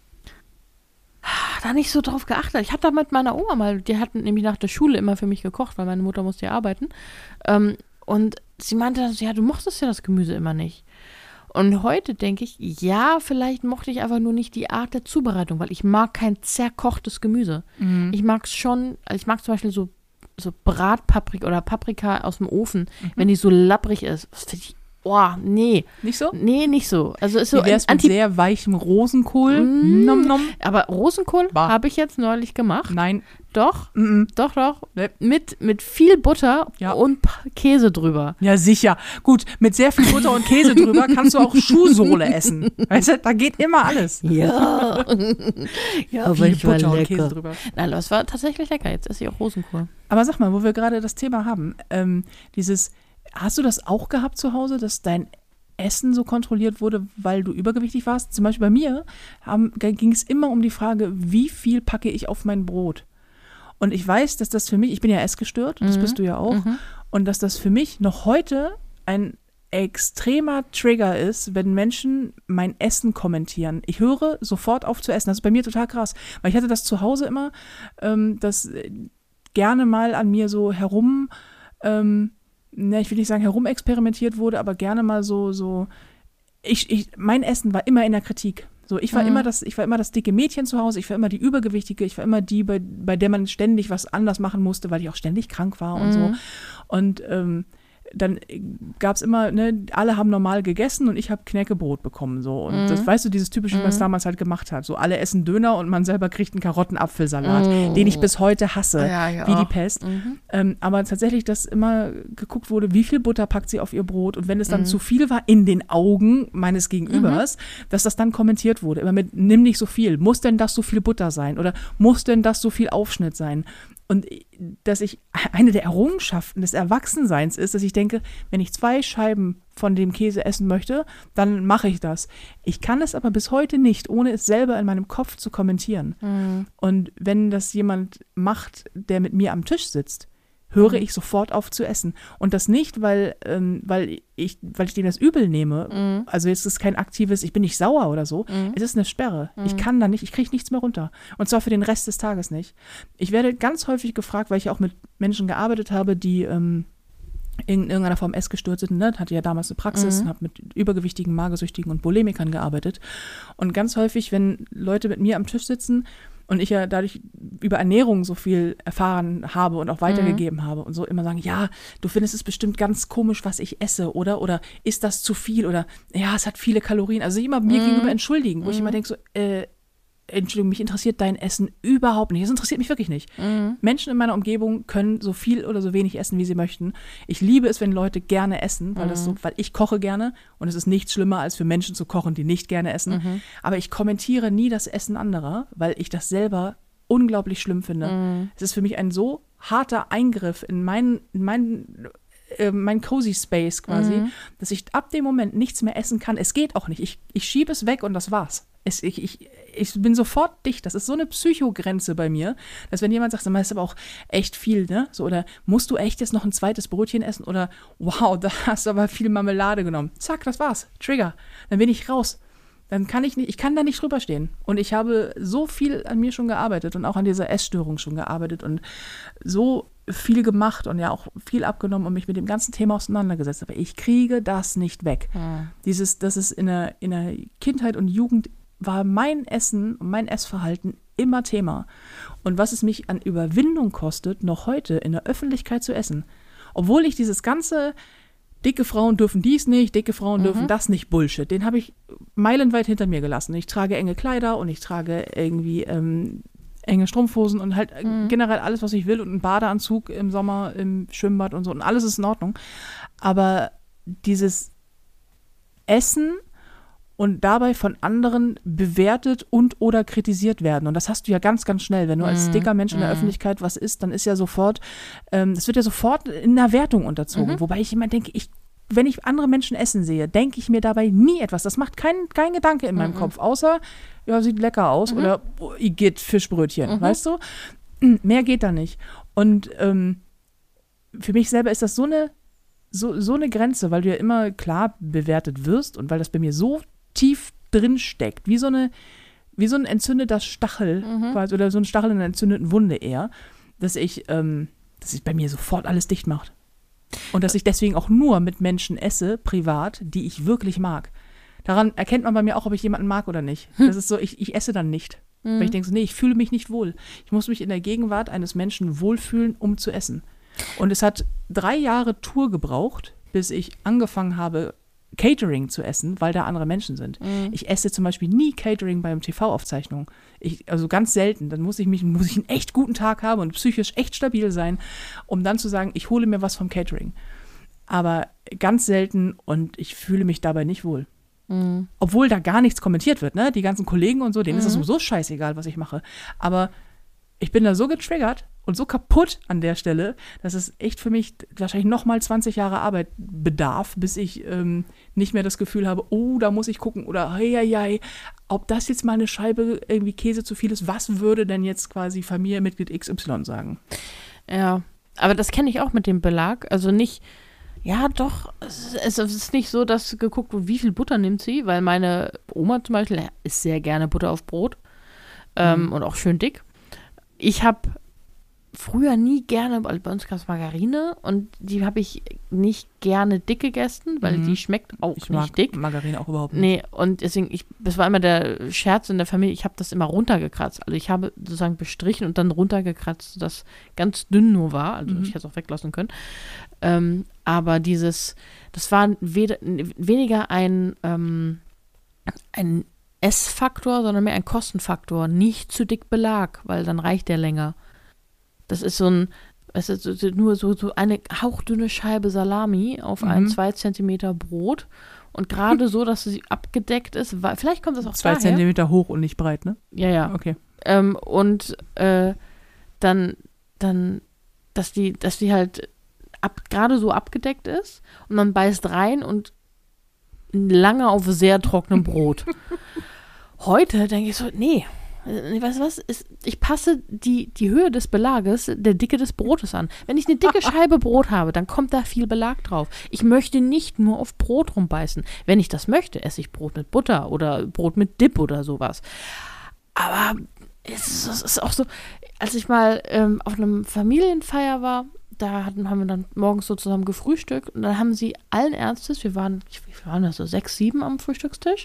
drauf geachtet. Ich hatte da mit meiner Oma mal, die hatten nämlich nach der Schule immer für mich gekocht, weil meine Mutter musste ja arbeiten. Und sie meinte, ja, du mochtest ja das Gemüse immer nicht. Und heute denke ich, ja, vielleicht mochte ich einfach nur nicht die Art der Zubereitung, weil ich mag kein zerkochtes Gemüse. Ich mag es schon, also ich mag zum Beispiel so Bratpaprika oder Paprika aus dem Ofen, wenn die so labbrig ist. Das finde ich, nee. Nicht so? Nee, nicht so. Also ist so wie wär's mit sehr weichem Rosenkohl? Nom, nom. Aber Rosenkohl habe ich jetzt neulich gemacht. Nein. Doch. Doch. Nee. Mit viel Butter und Käse drüber. Ja, sicher. Gut, mit sehr viel Butter und Käse drüber kannst du auch Schuhsohle essen. Weißt du, da geht immer alles. Ja. Ja, aber viel Butter und Käse drüber. Nein, das war tatsächlich lecker. Jetzt esse ich auch Rosenkohl. Aber sag mal, wo wir gerade das Thema haben, hast du das auch gehabt zu Hause, dass dein Essen so kontrolliert wurde, weil du übergewichtig warst? Zum Beispiel bei mir ging es immer um die Frage, wie viel packe ich auf mein Brot? Und ich weiß, dass das für mich, ich bin ja essgestört, das bist du ja auch, und dass das für mich noch heute ein extremer Trigger ist, wenn Menschen mein Essen kommentieren. Ich höre sofort auf zu essen. Das ist bei mir total krass, weil ich hatte das zu Hause immer, dass gerne mal an mir so herum ich will nicht sagen herumexperimentiert wurde, aber gerne mal mein Essen war immer in der Kritik. So, ich war immer das dicke Mädchen zu Hause, ich war immer die Übergewichtige, ich war immer die, bei der man ständig was anders machen musste, weil ich auch ständig krank war und so. Und dann gab es immer, ne, alle haben normal gegessen und ich habe Knäckebrot bekommen. So. Und das, weißt du, dieses typische, was man damals halt gemacht hat. So, alle essen Döner und man selber kriegt einen Karottenapfelsalat, den ich bis heute hasse, wie die Pest. Aber tatsächlich, dass immer geguckt wurde, wie viel Butter packt sie auf ihr Brot und wenn es dann zu viel war in den Augen meines Gegenübers, dass das dann kommentiert wurde. Immer mit, nimm nicht so viel. Muss denn das so viel Butter sein? Oder muss denn das so viel Aufschnitt sein? Und dass eine der Errungenschaften des Erwachsenseins ist, dass ich denke, wenn ich 2 Scheiben von dem Käse essen möchte, dann mache ich das. Ich kann es aber bis heute nicht, ohne es selber in meinem Kopf zu kommentieren. Und wenn das jemand macht, der mit mir am Tisch sitzt, höre ich sofort auf zu essen. Und das nicht, weil ich denen das übel nehme. Also jetzt ist kein aktives, ich bin nicht sauer oder so. Es ist eine Sperre. Ich kann da nicht, ich kriege nichts mehr runter. Und zwar für den Rest des Tages nicht. Ich werde ganz häufig gefragt, weil ich auch mit Menschen gearbeitet habe, die in irgendeiner Form essgestört sind, ne? Hatte ja damals eine Praxis und habe mit übergewichtigen, magersüchtigen und Bulimikern gearbeitet. Und ganz häufig, wenn Leute mit mir am Tisch sitzen und ich ja dadurch über Ernährung so viel erfahren habe und auch weitergegeben habe und so immer sagen, ja, du findest es bestimmt ganz komisch, was ich esse, oder ist das zu viel oder ja, es hat viele Kalorien. Also immer mir gegenüber entschuldigen, wo ich immer denke so, Entschuldigung, mich interessiert dein Essen überhaupt nicht. Es interessiert mich wirklich nicht. Menschen in meiner Umgebung können so viel oder so wenig essen, wie sie möchten. Ich liebe es, wenn Leute gerne essen, weil ich koche gerne und es ist nichts schlimmer, als für Menschen zu kochen, die nicht gerne essen. Aber ich kommentiere nie das Essen anderer, weil ich das selber unglaublich schlimm finde. Es ist für mich ein so harter Eingriff in mein mein Cozy Space quasi, dass ich ab dem Moment nichts mehr essen kann. Es geht auch nicht. Ich schiebe es weg und das war's. Ich bin sofort dicht. Das ist so eine Psychogrenze bei mir, dass wenn jemand sagt, das ist aber auch echt viel, ne? So, oder musst du echt jetzt noch ein zweites Brötchen essen? Oder wow, da hast du aber viel Marmelade genommen. Zack, das war's. Trigger. Dann bin ich raus. Dann kann ich kann da nicht drüber stehen. Und ich habe so viel an mir schon gearbeitet und auch an dieser Essstörung schon gearbeitet und so viel gemacht und ja auch viel abgenommen und mich mit dem ganzen Thema auseinandergesetzt. Aber ich kriege das nicht weg. Das ist in der Kindheit und Jugend war mein Essen und mein Essverhalten immer Thema. Und was es mich an Überwindung kostet, noch heute in der Öffentlichkeit zu essen. Obwohl ich dieses ganze dicke Frauen dürfen dies nicht, dicke Frauen dürfen das nicht Bullshit, den habe ich meilenweit hinter mir gelassen. Ich trage enge Kleider und ich trage irgendwie enge Strumpfhosen und halt generell alles, was ich will und einen Badeanzug im Sommer, im Schwimmbad und so und alles ist in Ordnung. Aber dieses Essen und dabei von anderen bewertet und oder kritisiert werden. Und das hast du ja ganz, ganz schnell. Wenn du als dicker Mensch in der Öffentlichkeit was isst, dann ist ja sofort, das wird ja sofort in einer Wertung unterzogen. Wobei ich immer denke, wenn ich andere Menschen essen sehe, denke ich mir dabei nie etwas. Das macht kein Gedanke in meinem Kopf, außer, ja, sieht lecker aus oder oh, Igitt, Fischbrötchen, weißt du? Mehr geht da nicht. Und für mich selber ist das so eine Grenze, weil du ja immer klar bewertet wirst und weil das bei mir so tief drin steckt, wie so ein entzündeter Stachel quasi, oder so ein Stachel in einer entzündeten Wunde eher, dass sich bei mir sofort alles dicht macht. Und dass ich deswegen auch nur mit Menschen esse, privat, die ich wirklich mag. Daran erkennt man bei mir auch, ob ich jemanden mag oder nicht. Das ist so, ich esse dann nicht. Weil ich denke so, nee, ich fühle mich nicht wohl. Ich muss mich in der Gegenwart eines Menschen wohlfühlen, um zu essen. Und es hat 3 Jahre Tour gebraucht, bis ich angefangen habe, Catering zu essen, weil da andere Menschen sind. Ich esse zum Beispiel nie Catering beim TV-Aufzeichnung. Also ganz selten. Dann muss ich einen echt guten Tag haben und psychisch echt stabil sein, um dann zu sagen, ich hole mir was vom Catering. Aber ganz selten und ich fühle mich dabei nicht wohl. Obwohl da gar nichts kommentiert wird, ne? Die ganzen Kollegen und so, denen ist es sowieso scheißegal, was ich mache. Aber ich bin da so getriggert und so kaputt an der Stelle, dass es echt für mich wahrscheinlich nochmal 20 Jahre Arbeit bedarf, bis ich nicht mehr das Gefühl habe, oh, da muss ich gucken oder hei, ob das jetzt mal eine Scheibe irgendwie Käse zu viel ist, was würde denn jetzt quasi Familienmitglied XY sagen? Ja, aber das kenne ich auch mit dem Belag, also nicht, ja doch, es ist nicht so, dass geguckt wird, wie viel Butter nimmt sie, weil meine Oma zum Beispiel isst sehr gerne Butter auf Brot und auch schön dick. Ich habe früher nie gerne, bei uns gab es Margarine und die habe ich nicht gerne dick gegessen, weil die schmeckt auch nicht dick. Margarine auch überhaupt nicht. Nee, und deswegen, das war immer der Scherz in der Familie, ich habe das immer runtergekratzt. Also ich habe sozusagen bestrichen und dann runtergekratzt, sodass ganz dünn nur war. Also ich hätte es auch weglassen können. Aber das war weniger ein Essfaktor, sondern mehr ein Kostenfaktor. Nicht zu dick Belag, weil dann reicht der länger. Das ist nur so eine hauchdünne Scheibe Salami auf ein 2 Zentimeter Brot und gerade so, dass sie abgedeckt ist. Weil, vielleicht kommt das auch 2 Zentimeter hoch und nicht breit, ne? Ja. Okay. Und dann, dass die halt gerade so abgedeckt ist und man beißt rein und lange auf sehr trockenem Brot. Heute denke ich so, nee, weißt du was? Ich passe die Höhe des Belages der Dicke des Brotes an. Wenn ich eine dicke Scheibe Brot habe, dann kommt da viel Belag drauf. Ich möchte nicht nur auf Brot rumbeißen. Wenn ich das möchte, esse ich Brot mit Butter oder Brot mit Dip oder sowas. Aber es ist auch so, als ich mal auf einem Familienfeier war, da haben wir dann morgens so zusammen gefrühstückt und dann haben sie allen Ernstes, wir waren da so 6, 7 am Frühstückstisch,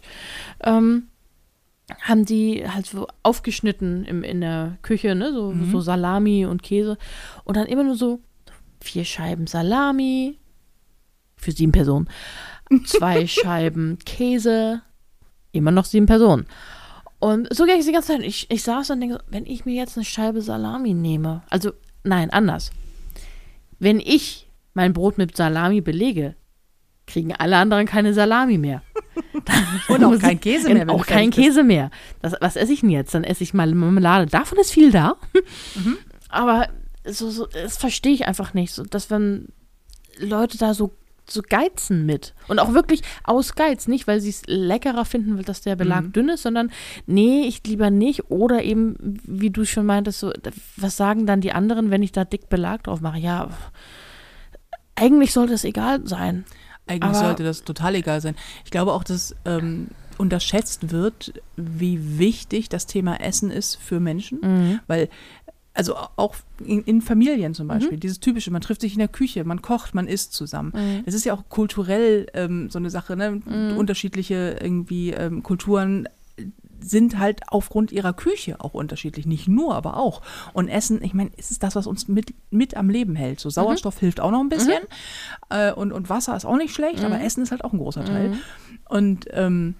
haben die halt so aufgeschnitten in der Küche, ne, so Salami und Käse und dann immer nur so 4 Scheiben Salami für 7 Personen, 2 Scheiben Käse, immer noch 7 Personen. Und so ging es die ganze Zeit. Ich saß und denke so, wenn ich mir jetzt eine Scheibe Salami nehme, also nein, anders. Wenn ich mein Brot mit Salami belege, kriegen alle anderen keine Salami mehr. Und auch kein Käse mehr. Auch kein Käse mehr. Was esse ich denn jetzt? Dann esse ich mal Marmelade. Davon ist viel da. Aber das verstehe ich einfach nicht. So, dass wenn Leute da so geizen mit. Und auch wirklich aus Geiz. Nicht, weil sie es leckerer finden, dass der Belag dünn ist, sondern nee, ich lieber nicht. Oder eben, wie du schon meintest, so, was sagen dann die anderen, wenn ich da dick Belag drauf mache? Ja, eigentlich sollte es egal sein. Eigentlich sollte das total egal sein. Ich glaube auch, dass unterschätzt wird, wie wichtig das Thema Essen ist für Menschen. Weil also auch in Familien zum Beispiel, dieses Typische, man trifft sich in der Küche, man kocht, man isst zusammen. Es ist ja auch kulturell so eine Sache, ne? Unterschiedliche irgendwie Kulturen sind halt aufgrund ihrer Küche auch unterschiedlich. Nicht nur, aber auch. Und Essen, ich meine, es ist das, was uns mit am Leben hält. So Sauerstoff hilft auch noch ein bisschen und Wasser ist auch nicht schlecht, aber Essen ist halt auch ein großer Teil. Und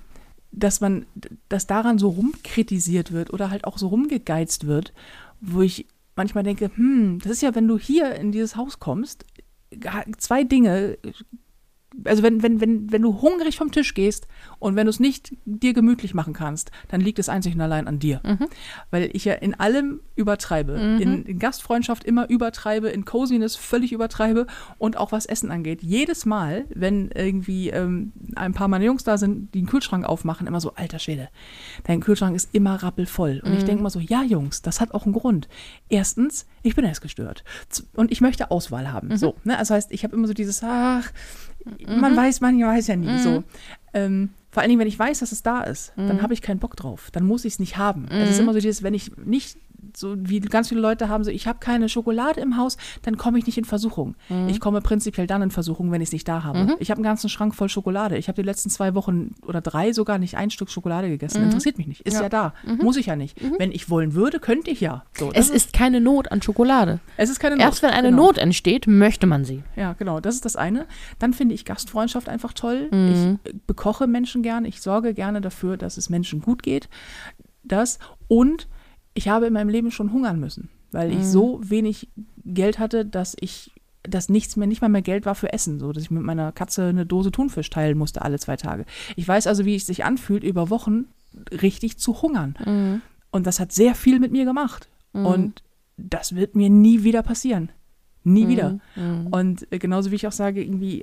dass daran so rumkritisiert wird oder halt auch so rumgegeizt wird, wo ich manchmal denke, das ist ja, wenn du hier in dieses Haus kommst, 2 Dinge, also wenn du hungrig vom Tisch gehst und wenn du es nicht dir gemütlich machen kannst, dann liegt es einzig und allein an dir. Weil ich ja in allem übertreibe. In Gastfreundschaft immer übertreibe, in Coziness völlig übertreibe und auch was Essen angeht. Jedes Mal, wenn irgendwie ein paar meiner Jungs da sind, die einen Kühlschrank aufmachen, immer so, alter Schwede, dein Kühlschrank ist immer rappelvoll. Und ich denke mal so, ja Jungs, das hat auch einen Grund. Erstens, ich bin essgestört und ich möchte Auswahl haben. So, ne? Das heißt, ich habe immer so dieses, man weiß ja nie. So. Vor allen Dingen, wenn ich weiß, dass es da ist, dann habe ich keinen Bock drauf. Dann muss ich es nicht haben. Es ist immer so dieses, wenn ich nicht, so wie ganz viele Leute haben, so ich habe keine Schokolade im Haus, dann komme ich nicht in Versuchung. Ich komme prinzipiell dann in Versuchung, wenn ich es nicht da habe. Ich habe einen ganzen Schrank voll Schokolade. Ich habe die letzten 2 Wochen oder 3 sogar nicht ein Stück Schokolade gegessen. Interessiert mich nicht. Ist ja da. Muss ich ja nicht. Wenn ich wollen würde, könnte ich ja. So, es ist keine Not an Schokolade. Es ist keine Not. Erst wenn eine Not entsteht, möchte man sie. Ja, genau. Das ist das eine. Dann finde ich Gastfreundschaft einfach toll. Ich bekoche Menschen gerne. Ich sorge gerne dafür, dass es Menschen gut geht. Und ich habe in meinem Leben schon hungern müssen, weil ich so wenig Geld hatte, dass nicht mal mehr Geld war für Essen, so dass ich mit meiner Katze eine Dose Thunfisch teilen musste alle 2 Tage. Ich weiß also, wie es sich anfühlt, über Wochen richtig zu hungern. Und das hat sehr viel mit mir gemacht. Und das wird mir nie wieder passieren. Nie wieder. Und genauso wie ich auch sage, irgendwie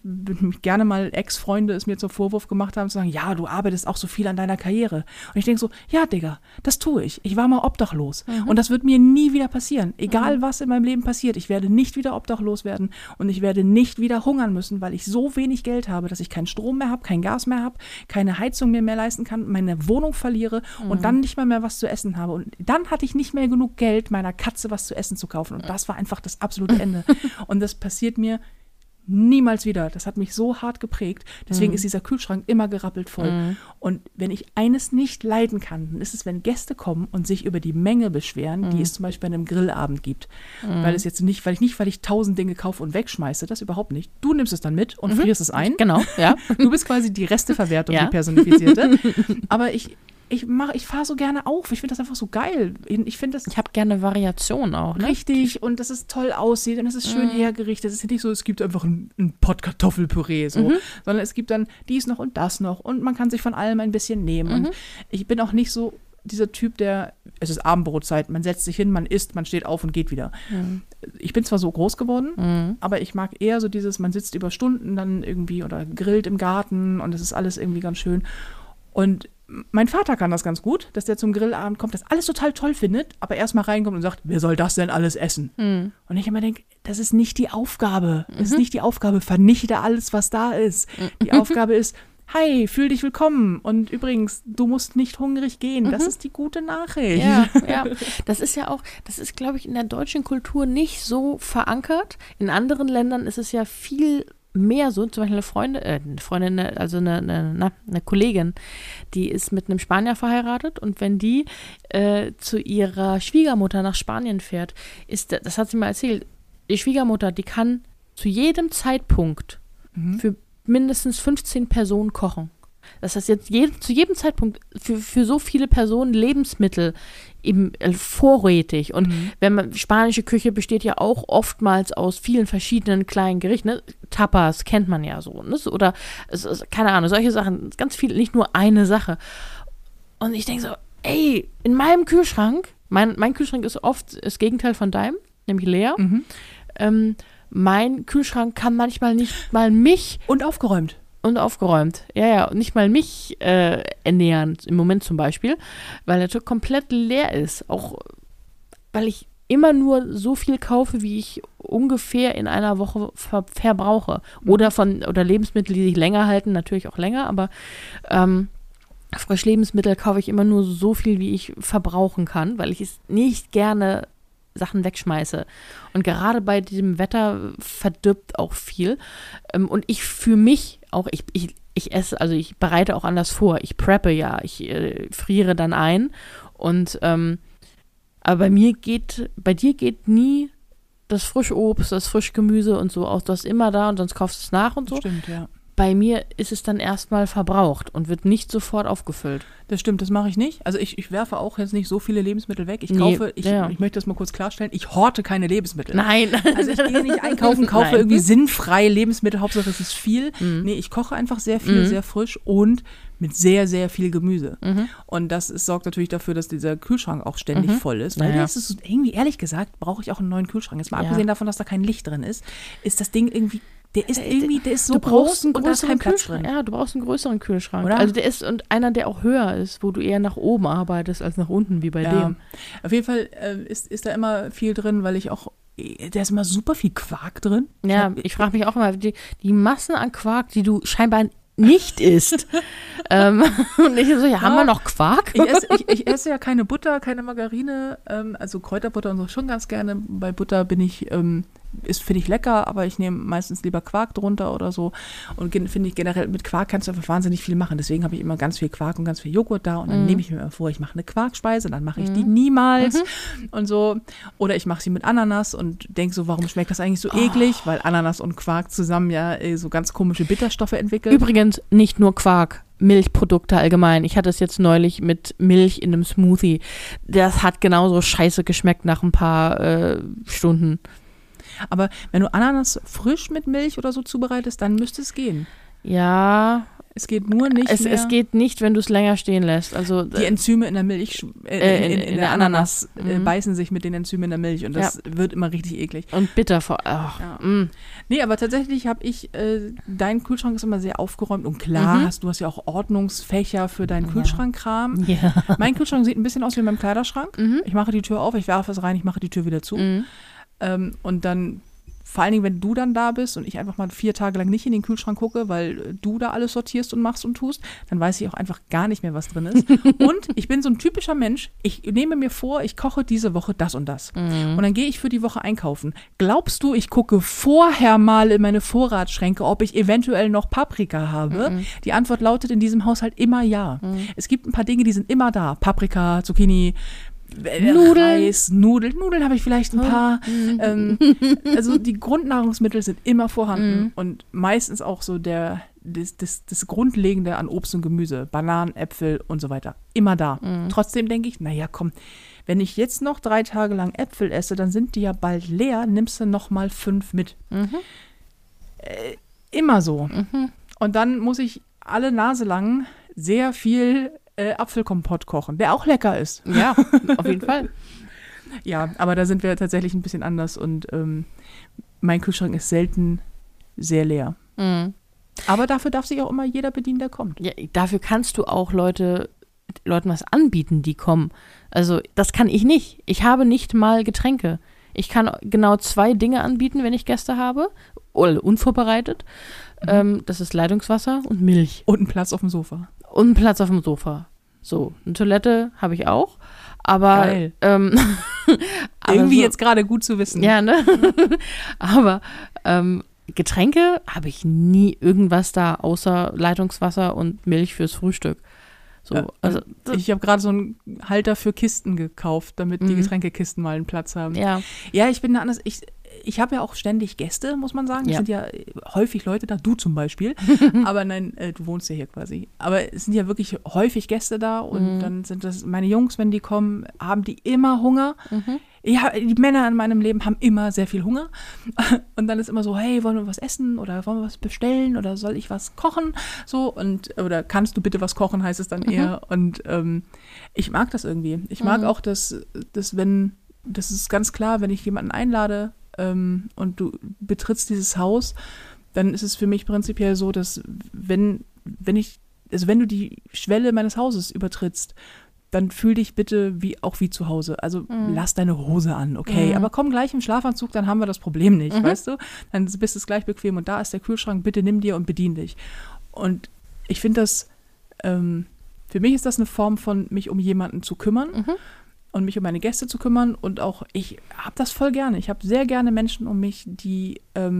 gerne mal Ex-Freunde es mir zum Vorwurf gemacht haben, zu sagen, ja, du arbeitest auch so viel an deiner Karriere. Und ich denke so, ja, Digga, das tue ich. Ich war mal obdachlos. Und das wird mir nie wieder passieren. Egal, was in meinem Leben passiert, ich werde nicht wieder obdachlos werden und ich werde nicht wieder hungern müssen, weil ich so wenig Geld habe, dass ich keinen Strom mehr habe, kein Gas mehr habe, keine Heizung mir mehr leisten kann, meine Wohnung verliere und dann nicht mal mehr was zu essen habe. Und dann hatte ich nicht mehr genug Geld, meiner Katze was zu essen zu kaufen. Und das war einfach das absolute Ende. Und das passiert mir niemals wieder. Das hat mich so hart geprägt. Deswegen ist dieser Kühlschrank immer gerappelt voll. Und wenn ich eines nicht leiden kann, dann ist es, wenn Gäste kommen und sich über die Menge beschweren, die es zum Beispiel bei einem Grillabend gibt. Weil ich 1000 Dinge kaufe und wegschmeiße, das überhaupt nicht. Du nimmst es dann mit und frierst es ein. Genau, ja. Du bist quasi die Resteverwertung, die personifizierte. Aber ich fahre so gerne auf. Ich finde das einfach so geil. Ich habe gerne Variation auch. Ne? Richtig. Und dass es toll aussieht und es ist schön hergerichtet. Es ist nicht so, es gibt einfach einen Pott Kartoffelpüree, so. Sondern es gibt dann dies noch und das noch. Und man kann sich von allem ein bisschen nehmen. Und ich bin auch nicht so dieser Typ, es ist Abendbrotzeit, man setzt sich hin, man isst, man steht auf und geht wieder. Ich bin zwar so groß geworden, aber ich mag eher so dieses, man sitzt über Stunden dann irgendwie oder grillt im Garten und es ist alles irgendwie ganz schön. Und mein Vater kann das ganz gut, dass der zum Grillabend kommt, das alles total toll findet, aber erstmal reinkommt und sagt, wer soll das denn alles essen? Und ich immer denke, das ist nicht die Aufgabe. Das ist nicht die Aufgabe, vernichte alles, was da ist. Die Aufgabe ist, hi, fühl dich willkommen. Und übrigens, du musst nicht hungrig gehen. Das ist die gute Nachricht. Ja. Das ist ja auch, glaube ich, in der deutschen Kultur nicht so verankert. In anderen Ländern ist es ja viel mehr so, zum Beispiel eine Freundin, also eine Kollegin, die ist mit einem Spanier verheiratet und wenn die zu ihrer Schwiegermutter nach Spanien fährt, das hat sie mal erzählt, die Schwiegermutter, die kann zu jedem Zeitpunkt für mindestens 15 Personen kochen. Das heißt jetzt zu jedem Zeitpunkt für so viele Personen Lebensmittel eben vorrätig. Und spanische Küche besteht ja auch oftmals aus vielen verschiedenen kleinen Gerichten. Ne? Tapas kennt man ja so. Ne? Oder, keine Ahnung, solche Sachen. Ganz viel, nicht nur eine Sache. Und ich denke so, ey, in meinem Kühlschrank, mein Kühlschrank ist oft das Gegenteil von deinem, nämlich leer. mein Kühlschrank kann manchmal nicht mal mich Und aufgeräumt. Ja, nicht mal mich ernähren, im Moment zum Beispiel, weil der Tür komplett leer ist. Auch weil ich immer nur so viel kaufe, wie ich ungefähr in einer Woche verbrauche. Oder Lebensmittel, die sich länger halten, natürlich auch länger, aber Frischlebensmittel kaufe ich immer nur so viel, wie ich verbrauchen kann, weil ich es nicht gerne Sachen wegschmeiße. Und gerade bei diesem Wetter verdirbt auch viel. Und ich für mich auch, ich esse, also ich bereite auch anders vor. Ich preppe ja, ich friere dann ein. Und aber bei dir geht nie das Frischobst, das Frischgemüse und so aus. Du hast immer da und sonst kaufst du es nach und so. Stimmt, ja. Bei mir ist es dann erstmal verbraucht und wird nicht sofort aufgefüllt. Das stimmt, das mache ich nicht. Also ich werfe auch jetzt nicht so viele Lebensmittel weg. Ich möchte das mal kurz klarstellen, ich horte keine Lebensmittel. Nein. Also ich gehe nicht einkaufen, kaufe irgendwie sinnfreie Lebensmittel, Hauptsache es ist viel. Nee, ich koche einfach sehr viel, sehr frisch und mit sehr, sehr viel Gemüse. Und das sorgt natürlich dafür, dass dieser Kühlschrank auch ständig voll ist. Weil das ist irgendwie, ehrlich gesagt, brauche ich auch einen neuen Kühlschrank. Jetzt mal abgesehen davon, dass da kein Licht drin ist das Ding irgendwie, der ist so groß und da ist kein Platz drin. Ja, du brauchst einen größeren Kühlschrank. Oder? Also der ist und einer, der auch höher ist, wo du eher nach oben arbeitest als nach unten, wie bei dem. Auf jeden Fall ist da immer viel drin, weil da ist immer super viel Quark drin. Ja, ich frage mich auch immer, die Massen an Quark, die du scheinbar nicht isst. Und ich so, haben wir noch Quark? Ich esse ja keine Butter, keine Margarine, also Kräuterbutter und so schon ganz gerne. Bei Butter finde ich lecker, aber ich nehme meistens lieber Quark drunter oder so. Und finde ich generell, mit Quark kannst du einfach wahnsinnig viel machen. Deswegen habe ich immer ganz viel Quark und ganz viel Joghurt da und dann nehme ich mir immer vor, ich mache eine Quarkspeise, dann mache ich die niemals und so. Oder ich mache sie mit Ananas und denke so, warum schmeckt das eigentlich so eklig? Weil Ananas und Quark zusammen ja so ganz komische Bitterstoffe entwickeln. Übrigens nicht nur Quark. Milchprodukte allgemein. Ich hatte es jetzt neulich mit Milch in einem Smoothie. Das hat genauso scheiße geschmeckt nach ein paar Stunden. Aber wenn du Ananas frisch mit Milch oder so zubereitest, dann müsste es gehen. Ja. Es geht nur nicht mehr. Es geht nicht, wenn du es länger stehen lässt. Also die Enzyme in der Milch, in der Ananas beißen sich mit den Enzymen in der Milch und das wird immer richtig eklig. Und bitter vor. Nee, aber tatsächlich habe ich, dein Kühlschrank ist immer sehr aufgeräumt und klar, du hast ja auch Ordnungsfächer für deinen Kühlschrankkram. Ja. Mein Kühlschrank sieht ein bisschen aus wie mein Kleiderschrank. Ich mache die Tür auf, ich werfe es rein, ich mache die Tür wieder zu. Und dann, vor allen Dingen, wenn du dann da bist und ich einfach mal 4 Tage lang nicht in den Kühlschrank gucke, weil du da alles sortierst und machst und tust, dann weiß ich auch einfach gar nicht mehr, was drin ist. Und ich bin so ein typischer Mensch, ich nehme mir vor, ich koche diese Woche das und das. Und dann gehe ich für die Woche einkaufen. Glaubst du, ich gucke vorher mal in meine Vorratsschränke, ob ich eventuell noch Paprika habe? Die Antwort lautet in diesem Haushalt immer ja. Es gibt ein paar Dinge, die sind immer da. Paprika, Zucchini, Reis, Nudeln habe ich vielleicht ein paar. Also die Grundnahrungsmittel sind immer vorhanden und meistens auch so das Grundlegende an Obst und Gemüse, Bananen, Äpfel und so weiter, immer da. Trotzdem denke ich, naja, komm, wenn ich jetzt noch 3 Tage lang Äpfel esse, dann sind die ja bald leer, nimmst du noch mal 5 mit. Immer so. Und dann muss ich alle Nase lang sehr viel Apfelkompott kochen, der auch lecker ist. Ja, auf jeden Fall. Ja, aber da sind wir tatsächlich ein bisschen anders und mein Kühlschrank ist selten sehr leer. Aber dafür darf sich auch immer jeder bedienen, der kommt. Ja, dafür kannst du auch Leuten was anbieten, die kommen. Also das kann ich nicht. Ich habe nicht mal Getränke. Ich kann genau 2 Dinge anbieten, wenn ich Gäste habe, oder unvorbereitet. Das ist Leitungswasser und Milch. Und einen Platz auf dem Sofa. Und einen Platz auf dem Sofa. So, eine Toilette habe ich auch. Aber, geil. Aber irgendwie so, jetzt gerade gut zu wissen. Ja, ne? Aber Getränke habe ich nie irgendwas da, außer Leitungswasser und Milch fürs Frühstück. So, also, ich habe gerade so einen Halter für Kisten gekauft, damit die Getränkekisten mal einen Platz haben. Ja, ich bin da anders. Ich habe ja auch ständig Gäste, muss man sagen. Es sind ja häufig Leute da, du zum Beispiel. Aber nein, du wohnst ja hier quasi. Aber es sind ja wirklich häufig Gäste da und dann sind das meine Jungs, wenn die kommen, haben die immer Hunger. Ja, die Männer in meinem Leben haben immer sehr viel Hunger. Und dann ist immer so, hey, wollen wir was essen oder wollen wir was bestellen oder soll ich was kochen? So oder kannst du bitte was kochen, heißt es dann eher. Und ich mag das irgendwie. Ich mag auch, dass ist ganz klar, wenn ich jemanden einlade, und du betrittst dieses Haus, dann ist es für mich prinzipiell so, dass wenn du die Schwelle meines Hauses übertrittst, dann fühl dich bitte wie zu Hause. Also lass deine Hose an, okay? Aber komm gleich im Schlafanzug, dann haben wir das Problem nicht, weißt du? Dann bist du gleich bequem und da ist der Kühlschrank, bitte nimm dir und bedien dich. Und ich finde das, für mich ist das eine Form von mich um jemanden zu kümmern und mich um meine Gäste zu kümmern und auch, ich habe das voll gerne. Ich habe sehr gerne Menschen um mich, die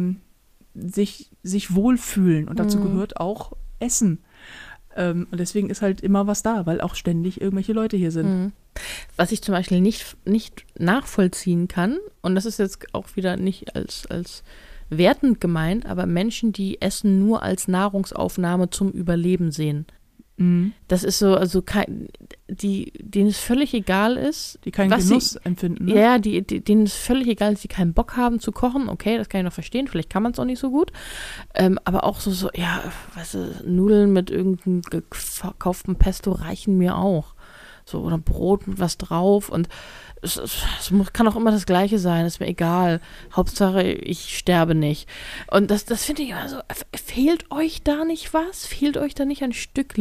sich wohlfühlen und dazu gehört auch Essen. Und deswegen ist halt immer was da, weil auch ständig irgendwelche Leute hier sind. Was ich zum Beispiel nicht nachvollziehen kann, und das ist jetzt auch wieder nicht als wertend gemeint, aber Menschen, die Essen nur als Nahrungsaufnahme zum Überleben sehen. Das ist so, also denen es völlig egal ist. Die keinen Genuss empfinden, ne? Ja, denen es völlig egal ist, die keinen Bock haben zu kochen. Okay, das kann ich noch verstehen. Vielleicht kann man es auch nicht so gut. Aber auch so, ja, weißt du, Nudeln mit irgendeinem gekauften Pesto reichen mir auch. So, oder Brot mit was drauf und es kann auch immer das Gleiche sein, ist mir egal. Hauptsache, ich sterbe nicht. Und das finde ich immer so, fehlt euch da nicht was? Fehlt euch da nicht ein Stück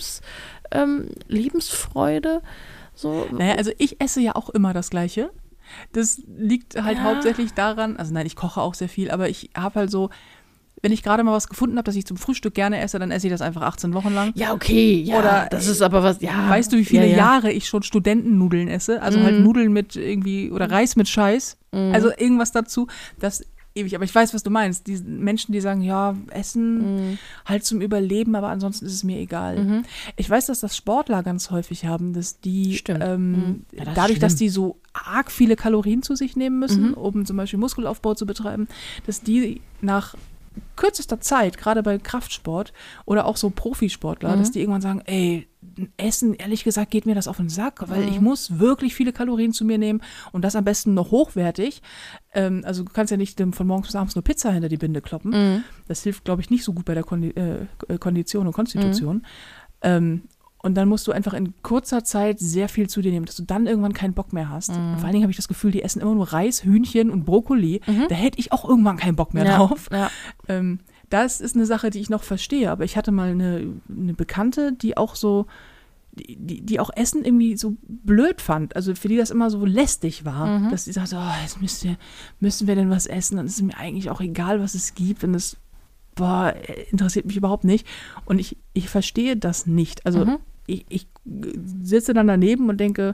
Lebensfreude? So. Naja, also ich esse ja auch immer das Gleiche. Das liegt halt hauptsächlich daran, also nein, ich koche auch sehr viel, aber ich habe halt so, wenn ich gerade mal was gefunden habe, das ich zum Frühstück gerne esse, dann esse ich das einfach 18 Wochen lang. Ja, okay, ja. Oder das ist aber was, ja. Weißt du, wie viele Jahre ich schon Studentennudeln esse? Also halt Nudeln mit irgendwie, oder Reis mit Scheiß. Also irgendwas dazu, das ewig. Aber ich weiß, was du meinst. Die Menschen, die sagen, ja, Essen halt zum Überleben, aber ansonsten ist es mir egal. Ich weiß, dass das Sportler ganz häufig haben, dass die dadurch, dass die so arg viele Kalorien zu sich nehmen müssen, um zum Beispiel Muskelaufbau zu betreiben, dass die nach kürzester Zeit, gerade bei Kraftsport oder auch so Profisportler, dass die irgendwann sagen, ey, Essen, ehrlich gesagt, geht mir das auf den Sack, weil ich muss wirklich viele Kalorien zu mir nehmen und das am besten noch hochwertig. Also du kannst ja nicht von morgens bis abends nur Pizza hinter die Binde kloppen. Das hilft, glaube ich, nicht so gut bei der Kondition und Konstitution. Und dann musst du einfach in kurzer Zeit sehr viel zu dir nehmen, dass du dann irgendwann keinen Bock mehr hast. Und vor allen Dingen habe ich das Gefühl, die essen immer nur Reis, Hühnchen und Brokkoli. Da hätte ich auch irgendwann keinen Bock mehr drauf. Ja. Das ist eine Sache, die ich noch verstehe. Aber ich hatte mal eine Bekannte, die auch so, die auch Essen irgendwie so blöd fand. Also für die das immer so lästig war. Dass sie sagte, jetzt müssen wir denn was essen? Dann ist es mir eigentlich auch egal, was es gibt. Und das interessiert mich überhaupt nicht. Und ich verstehe das nicht. Also ich sitze dann daneben und denke,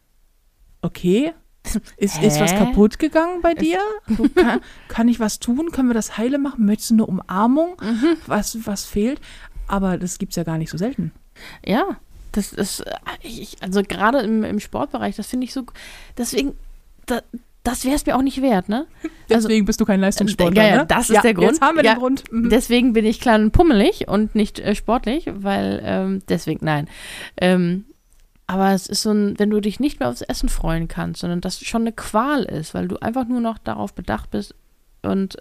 okay, ist was kaputt gegangen bei dir? Kann ich was tun? Können wir das heile machen? Möchtest du eine Umarmung? Was fehlt? Aber das gibt es ja gar nicht so selten. Ja, das ist, also gerade im Sportbereich, das finde ich so, deswegen, das wäre es mir auch nicht wert, ne? Deswegen bist du kein Leistungssportler, ja, das ist der Grund. Jetzt haben wir den Grund. Deswegen bin ich klein und pummelig und nicht sportlich, weil deswegen, nein. Aber es ist so wenn du dich nicht mehr aufs Essen freuen kannst, sondern das schon eine Qual ist, weil du einfach nur noch darauf bedacht bist und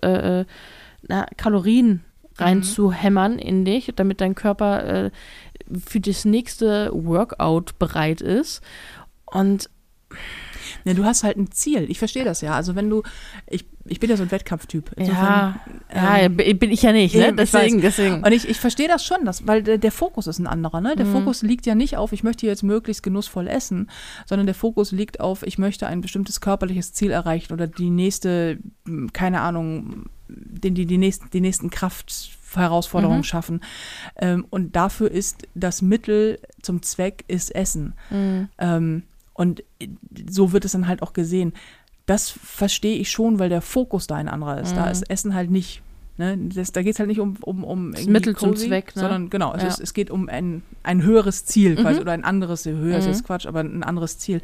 Kalorien reinzuhämmern in dich, damit dein Körper für das nächste Workout bereit ist. Und ja, du hast halt ein Ziel. Ich verstehe das ja. Also wenn ich bin ja so ein Wettkampftyp. Insofern, bin ich ja nicht, ne? Deswegen. Und ich verstehe das schon, weil der Fokus ist ein anderer, ne? Der Fokus liegt ja nicht auf, ich möchte jetzt möglichst genussvoll essen, sondern der Fokus liegt auf, ich möchte ein bestimmtes körperliches Ziel erreichen oder die nächste, keine Ahnung, die nächsten Kraftherausforderungen schaffen. Und dafür ist das Mittel zum Zweck ist Essen. Und so wird es dann halt auch gesehen. Das verstehe ich schon, weil der Fokus da ein anderer ist. Da ist Essen halt nicht, ne? Da geht es halt nicht um das Mittel zum Zweck, ne? Sondern genau, es geht um ein höheres Ziel quasi oder ein anderes, höher ist jetzt Quatsch, aber ein anderes Ziel.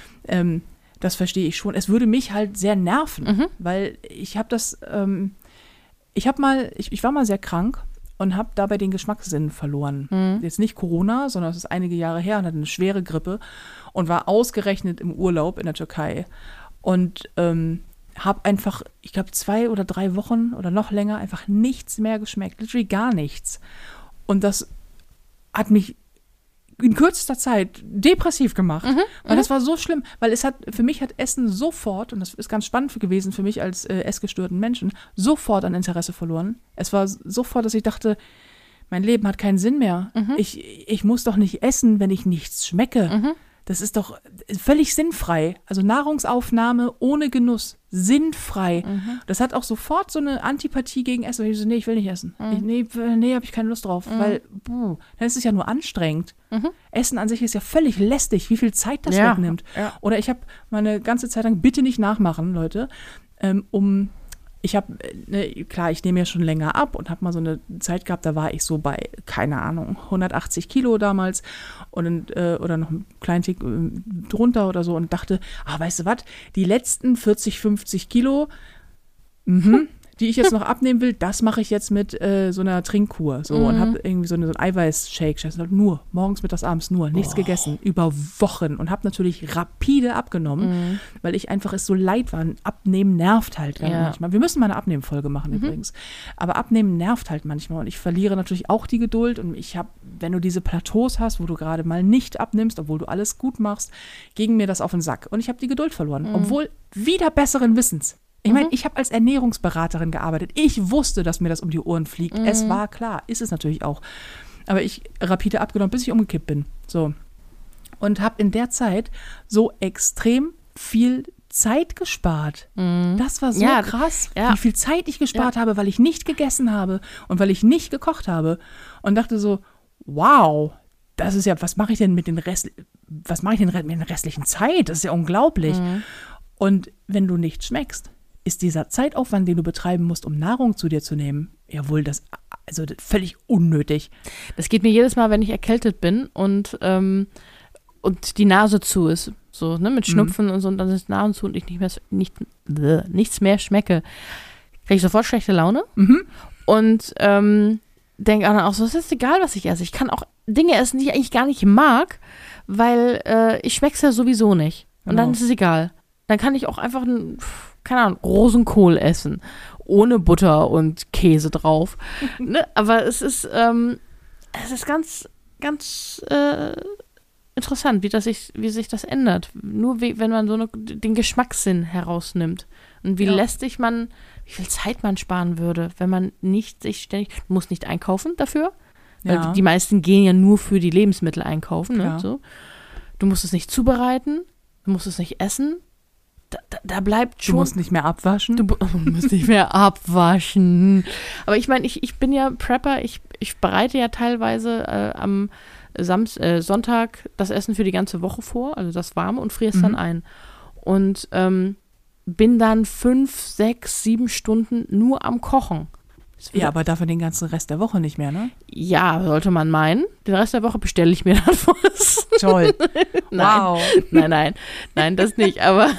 Das verstehe ich schon. Es würde mich halt sehr nerven, weil ich habe das, ich war mal sehr krank und habe dabei den Geschmackssinn verloren. Jetzt nicht Corona, sondern es ist einige Jahre her und hatte eine schwere Grippe und war ausgerechnet im Urlaub in der Türkei und habe einfach, ich glaube 2 oder 3 Wochen oder noch länger einfach nichts mehr geschmeckt, literally gar nichts. Und das hat mich in kürzester Zeit depressiv gemacht. Weil das war so schlimm, weil für mich hat Essen sofort, und das ist ganz spannend gewesen für mich als essgestörten Menschen, sofort an Interesse verloren. Es war sofort, dass ich dachte, mein Leben hat keinen Sinn mehr. Ich muss doch nicht essen, wenn ich nichts schmecke. Das ist doch völlig sinnfrei. Also Nahrungsaufnahme ohne Genuss. Sinnfrei. Das hat auch sofort so eine Antipathie gegen Essen. Ich so, nee, ich will nicht essen. Nee, habe ich keine Lust drauf. Weil, dann ist es ja nur anstrengend. Essen an sich ist ja völlig lästig, wie viel Zeit das wegnimmt. Ja. Oder ich habe meine ganze Zeit lang, bitte nicht nachmachen, Leute, ich habe, klar, ich nehme ja schon länger ab und habe mal so eine Zeit gehabt, da war ich so bei, keine Ahnung, 180 Kilo damals oder noch einen kleinen Tick drunter oder so und dachte, weißt du was, die letzten 40, 50 Kilo, die ich jetzt noch abnehmen will, das mache ich jetzt mit so einer Trinkkur. So, und habe irgendwie so einen Eiweiß-Shake. Nur, morgens, mittags, abends nur, nichts gegessen, über Wochen. Und habe natürlich rapide abgenommen, weil ich einfach es so leid war. Abnehmen nervt halt manchmal. Wir müssen mal eine Abnehmen-Folge machen übrigens. Aber Abnehmen nervt halt manchmal. Und ich verliere natürlich auch die Geduld. Und wenn du diese Plateaus hast, wo du gerade mal nicht abnimmst, obwohl du alles gut machst, ging mir das auf den Sack. Und ich habe die Geduld verloren. Obwohl wieder besseren Wissens. Ich meine, ich habe als Ernährungsberaterin gearbeitet. Ich wusste, dass mir das um die Ohren fliegt. Es war klar, ist es natürlich auch. Aber ich rapide abgenommen, bis ich umgekippt bin. So. Und habe in der Zeit so extrem viel Zeit gespart. Das war so krass, wie viel Zeit ich gespart habe, weil ich nicht gegessen habe und weil ich nicht gekocht habe. Und dachte so, wow, das ist ja, was mache ich denn mit den restlichen Zeit? Das ist ja unglaublich. Und wenn du nicht schmeckst, ist dieser Zeitaufwand, den du betreiben musst, um Nahrung zu dir zu nehmen, jawohl, das völlig unnötig. Das geht mir jedes Mal, wenn ich erkältet bin und die Nase zu ist, so, ne, mit Schnupfen und so, und dann ist die Nase zu und ich nichts mehr schmecke, kriege ich sofort schlechte Laune und denke dann auch so, es ist egal, was ich esse. Ich kann auch Dinge essen, die ich eigentlich gar nicht mag, weil ich schmecke es ja sowieso nicht. Und dann ist es egal. Dann kann ich auch einfach, keine Ahnung, Rosenkohl essen. Ohne Butter und Käse drauf. Ne? Aber es ist ganz, ganz interessant, wie sich das ändert. Nur wenn man den Geschmackssinn herausnimmt. Und wie viel Zeit man sparen würde, wenn man nicht sich ständig, du musst nicht einkaufen dafür. Weil die meisten gehen ja nur für die Lebensmittel einkaufen. Ne? So. Du musst es nicht zubereiten, du musst es nicht essen. Da bleibt schon. Du musst nicht mehr abwaschen. Du musst nicht mehr abwaschen. Aber ich meine, ich bin ja Prepper. Ich bereite ja teilweise am Sonntag das Essen für die ganze Woche vor, also das Warme, und friere es dann ein. Und bin dann 5, 6, 7 Stunden nur am Kochen. Ja, aber dafür den ganzen Rest der Woche nicht mehr, ne? Ja, sollte man meinen. Den Rest der Woche bestelle ich mir dann was. Toll. Wow. Nein, das nicht. Aber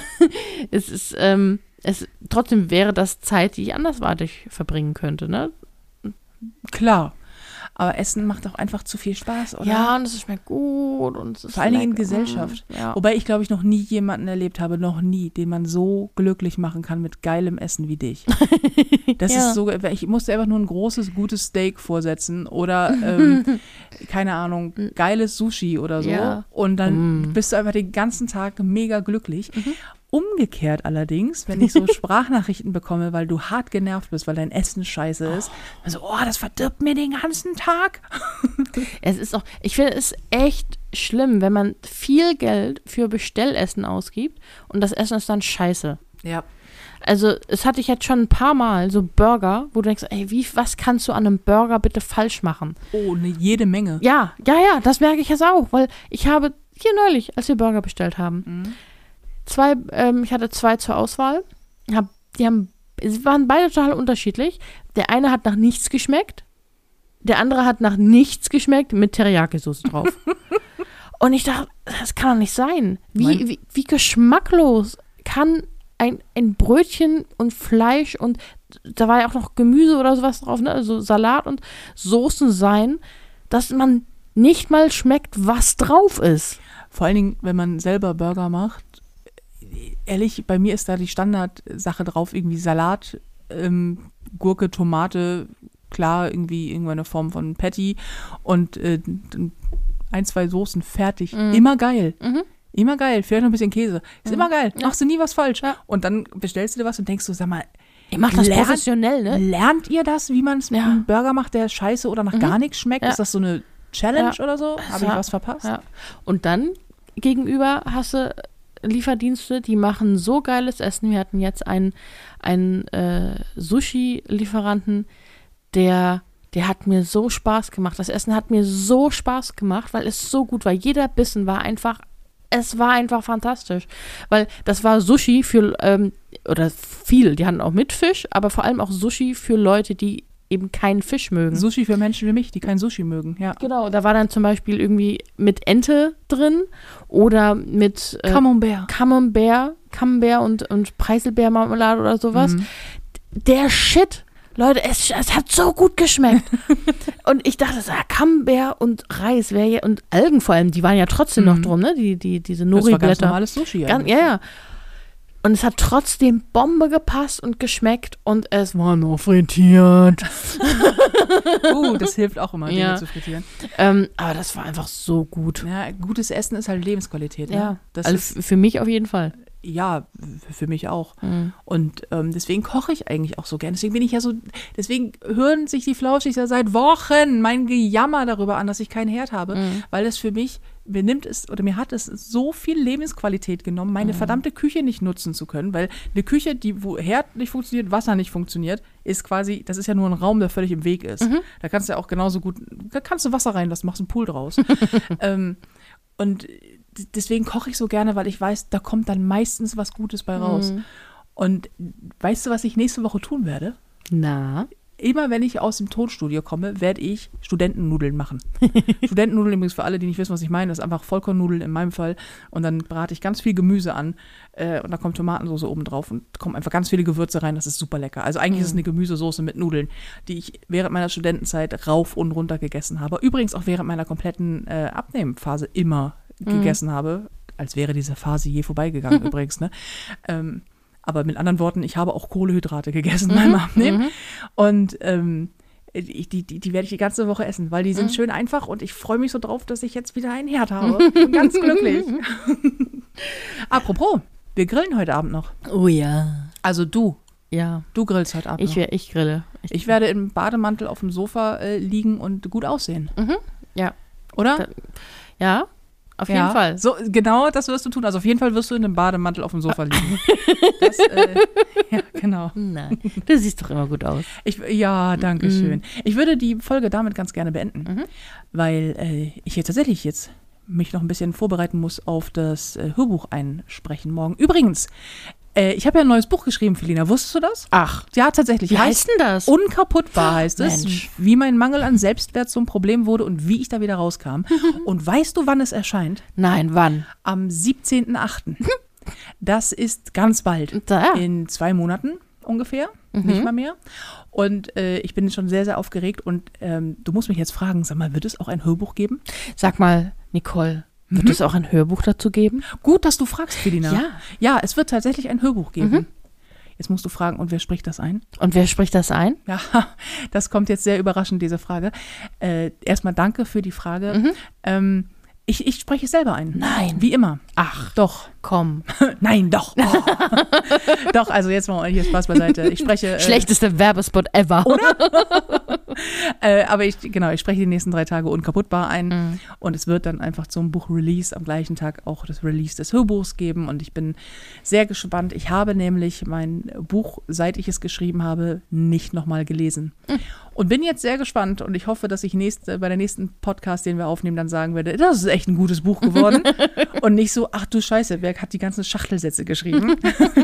trotzdem wäre das Zeit, die ich andersweitig verbringen könnte, ne? Klar. Aber Essen macht doch einfach zu viel Spaß, oder? Ja, und es schmeckt gut. Und es ist vor allen Dingen in Gesellschaft. Ja. Wobei ich, glaube ich, noch nie jemanden erlebt habe, den man so glücklich machen kann mit geilem Essen wie dich. Das ist so, ich musste einfach nur ein großes, gutes Steak vorsetzen oder, keine Ahnung, geiles Sushi oder so. Ja. Und dann bist du einfach den ganzen Tag mega glücklich. Umgekehrt allerdings, wenn ich so Sprachnachrichten bekomme, weil du hart genervt bist, weil dein Essen scheiße ist, also, das verdirbt mir den ganzen Tag. Ich finde es echt schlimm, wenn man viel Geld für Bestellessen ausgibt und das Essen ist dann scheiße. Ja. Also, es hatte ich jetzt schon ein paar Mal, so Burger, wo du denkst, ey, was kannst du an einem Burger bitte falsch machen? Oh, jede Menge. Ja, das merke ich jetzt auch, weil ich habe hier neulich, als wir Burger bestellt haben, ich hatte 2 zur Auswahl. Sie waren beide total unterschiedlich. Der eine hat nach nichts geschmeckt. Der andere hat nach nichts geschmeckt mit Teriyaki-Soße drauf. Und ich dachte, das kann doch nicht sein. Wie geschmacklos kann ein Brötchen und Fleisch und da war ja auch noch Gemüse oder sowas drauf, ne? Also Salat und Soßen sein, dass man nicht mal schmeckt, was drauf ist. Vor allen Dingen, wenn man selber Burger macht, ehrlich, bei mir ist da die Standardsache drauf, irgendwie Salat, Gurke, Tomate, klar, irgendwie irgendeine Form von Patty und 1, 2 Soßen, fertig. Immer geil. Immer geil. Vielleicht noch ein bisschen Käse. Ist immer geil. Machst du nie was falsch. Ja. Und dann bestellst du dir was und denkst so, sag mal, Ihr macht das professionell, ne? Lernt ihr das, wie man es mit einem Burger macht, der scheiße oder nach gar nichts schmeckt? Ist das so eine Challenge oder so? Habe ich was verpasst? Ja. Und dann gegenüber hast du Lieferdienste, die machen so geiles Essen. Wir hatten jetzt einen Sushi-Lieferanten, der hat mir so Spaß gemacht. Das Essen hat mir so Spaß gemacht, weil es so gut war. Jeder Bissen war einfach fantastisch. Weil das war Sushi für, oder viel, die hatten auch mit Fisch, aber vor allem auch Sushi für Leute, die eben keinen Fisch mögen. Sushi für Menschen wie mich, die keinen Sushi mögen, ja. Genau, da war dann zum Beispiel irgendwie mit Ente drin oder mit Camembert und Preiselbeermarmelade oder sowas. Der Shit, Leute, es hat so gut geschmeckt. Und ich dachte, Camembert und Reis und Algen vor allem, die waren ja trotzdem noch drum, ne? Diese Nori-Blätter. Das war ganz normales Sushi. Ja. Und es hat trotzdem Bombe gepasst und geschmeckt und es war noch frittiert. Das hilft auch immer, Dinge zu frittieren. Aber das war einfach so gut. Ja, gutes Essen ist halt Lebensqualität. Ne? Ja, das ist für mich auf jeden Fall. Ja, für mich auch. Und deswegen koche ich eigentlich auch so gern. Deswegen hören sich die Flauschig ja seit Wochen mein Gejammer darüber an, dass ich keinen Herd habe, weil es für mich, mir hat es so viel Lebensqualität genommen, meine verdammte Küche nicht nutzen zu können, weil eine Küche, wo Herd nicht funktioniert, Wasser nicht funktioniert, ist quasi, das ist ja nur ein Raum, der völlig im Weg ist. Da kannst du ja auch genauso gut, da kannst du Wasser reinlassen, machst einen Pool draus. Und deswegen koche ich so gerne, weil ich weiß, da kommt dann meistens was Gutes bei raus. Und weißt du, was ich nächste Woche tun werde? Na? Immer wenn ich aus dem Tonstudio komme, werde ich Studentennudeln machen. Studentennudeln übrigens für alle, die nicht wissen, was ich meine, das ist einfach Vollkornnudeln in meinem Fall. Und dann brate ich ganz viel Gemüse an und da kommt Tomatensauce oben drauf und kommen einfach ganz viele Gewürze rein. Das ist super lecker. Also eigentlich ist es eine Gemüsesoße mit Nudeln, die ich während meiner Studentenzeit rauf und runter gegessen habe. Übrigens auch während meiner kompletten Abnehmphase immer gegessen habe, als wäre diese Phase je vorbeigegangen übrigens, ne? Aber mit anderen Worten, ich habe auch Kohlenhydrate gegessen beim Abnehmen. Und die werde ich die ganze Woche essen, weil die sind schön einfach und ich freue mich so drauf, dass ich jetzt wieder einen Herd habe. Bin ganz glücklich. Apropos, wir grillen heute Abend noch. Oh ja. Also du. Ja. Du grillst heute Abend noch. Ich grille. Ich werde im Bademantel auf dem Sofa liegen und gut aussehen. Ja. Oder? Ja. Auf jeden Fall. So, genau das wirst du tun. Also auf jeden Fall wirst du in einem Bademantel auf dem Sofa liegen. Ja, genau. Nein, du siehst doch immer gut aus. Danke schön. Ich würde die Folge damit ganz gerne beenden, weil ich jetzt tatsächlich mich noch ein bisschen vorbereiten muss auf das Hörbuch einsprechen morgen. Übrigens, ich habe ja ein neues Buch geschrieben, Felina. Wusstest du das? Ach. Ja, tatsächlich. Wie heißt denn das? Unkaputtbar heißt es. Mensch. Wie mein Mangel an Selbstwert zum Problem wurde und wie ich da wieder rauskam. Und weißt du, wann es erscheint? Nein, wann? Am 17.8. Das ist ganz bald. In 2 Monaten ungefähr. Nicht mal mehr. Und ich bin schon sehr, sehr aufgeregt. Und du musst mich jetzt fragen, sag mal, wird es auch ein Hörbuch geben? Sag mal, Nicole. Wird es auch ein Hörbuch dazu geben? Gut, dass du fragst, Felina. Ja. Ja, es wird tatsächlich ein Hörbuch geben. Jetzt musst du fragen, und wer spricht das ein? Ja, das kommt jetzt sehr überraschend, diese Frage. Erstmal danke für die Frage. Ich spreche es selber ein. Nein. Wie immer. Ach, doch. Komm. Nein, doch. Oh. Doch, also jetzt mal hier Spaß beiseite. Ich spreche. Schlechtester Werbespot ever. Oder? Aber ich spreche die nächsten 3 Tage unkaputtbar ein. Und es wird dann einfach zum Buch-Release am gleichen Tag auch das Release des Hörbuchs geben. Und ich bin sehr gespannt. Ich habe nämlich mein Buch, seit ich es geschrieben habe, nicht nochmal gelesen. Und bin jetzt sehr gespannt und ich hoffe, dass ich bei der nächsten Podcast, den wir aufnehmen, dann sagen werde, das ist echt ein gutes Buch geworden. Und nicht so, ach du Scheiße, wer hat die ganzen Schachtelsätze geschrieben?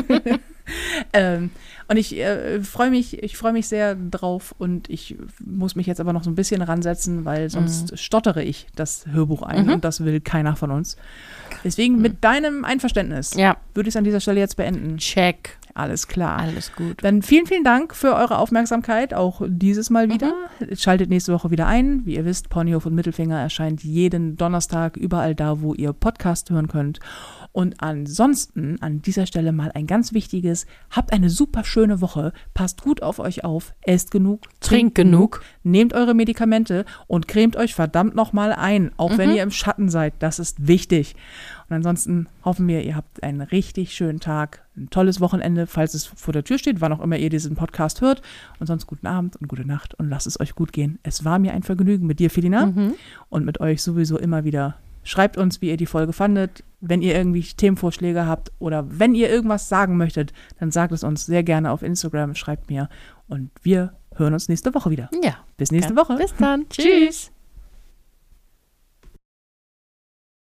Und ich freue mich sehr drauf und ich muss mich jetzt aber noch so ein bisschen ransetzen, weil sonst stottere ich das Hörbuch ein und das will keiner von uns. Deswegen mit deinem Einverständnis würde ich es an dieser Stelle jetzt beenden. Check. Alles klar. Alles gut. Dann vielen, vielen Dank für eure Aufmerksamkeit, auch dieses Mal wieder. Schaltet nächste Woche wieder ein. Wie ihr wisst, Ponyhof und Mittelfinger erscheint jeden Donnerstag überall da, wo ihr Podcast hören könnt. Und ansonsten an dieser Stelle mal ein ganz wichtiges, habt eine super schöne Woche, passt gut auf euch auf, esst genug, Trinkt genug, nehmt eure Medikamente und cremt euch verdammt nochmal ein, auch wenn ihr im Schatten seid, das ist wichtig. Und ansonsten hoffen wir, ihr habt einen richtig schönen Tag, ein tolles Wochenende, falls es vor der Tür steht, wann auch immer ihr diesen Podcast hört. Und sonst guten Abend und gute Nacht und lasst es euch gut gehen. Es war mir ein Vergnügen mit dir, Felina, und mit euch sowieso immer wieder. Schreibt uns, wie ihr die Folge fandet. Wenn ihr irgendwie Themenvorschläge habt oder wenn ihr irgendwas sagen möchtet, dann sagt es uns sehr gerne auf Instagram, schreibt mir und wir hören uns nächste Woche wieder. Ja. Bis nächste Woche. Bis dann. Tschüss.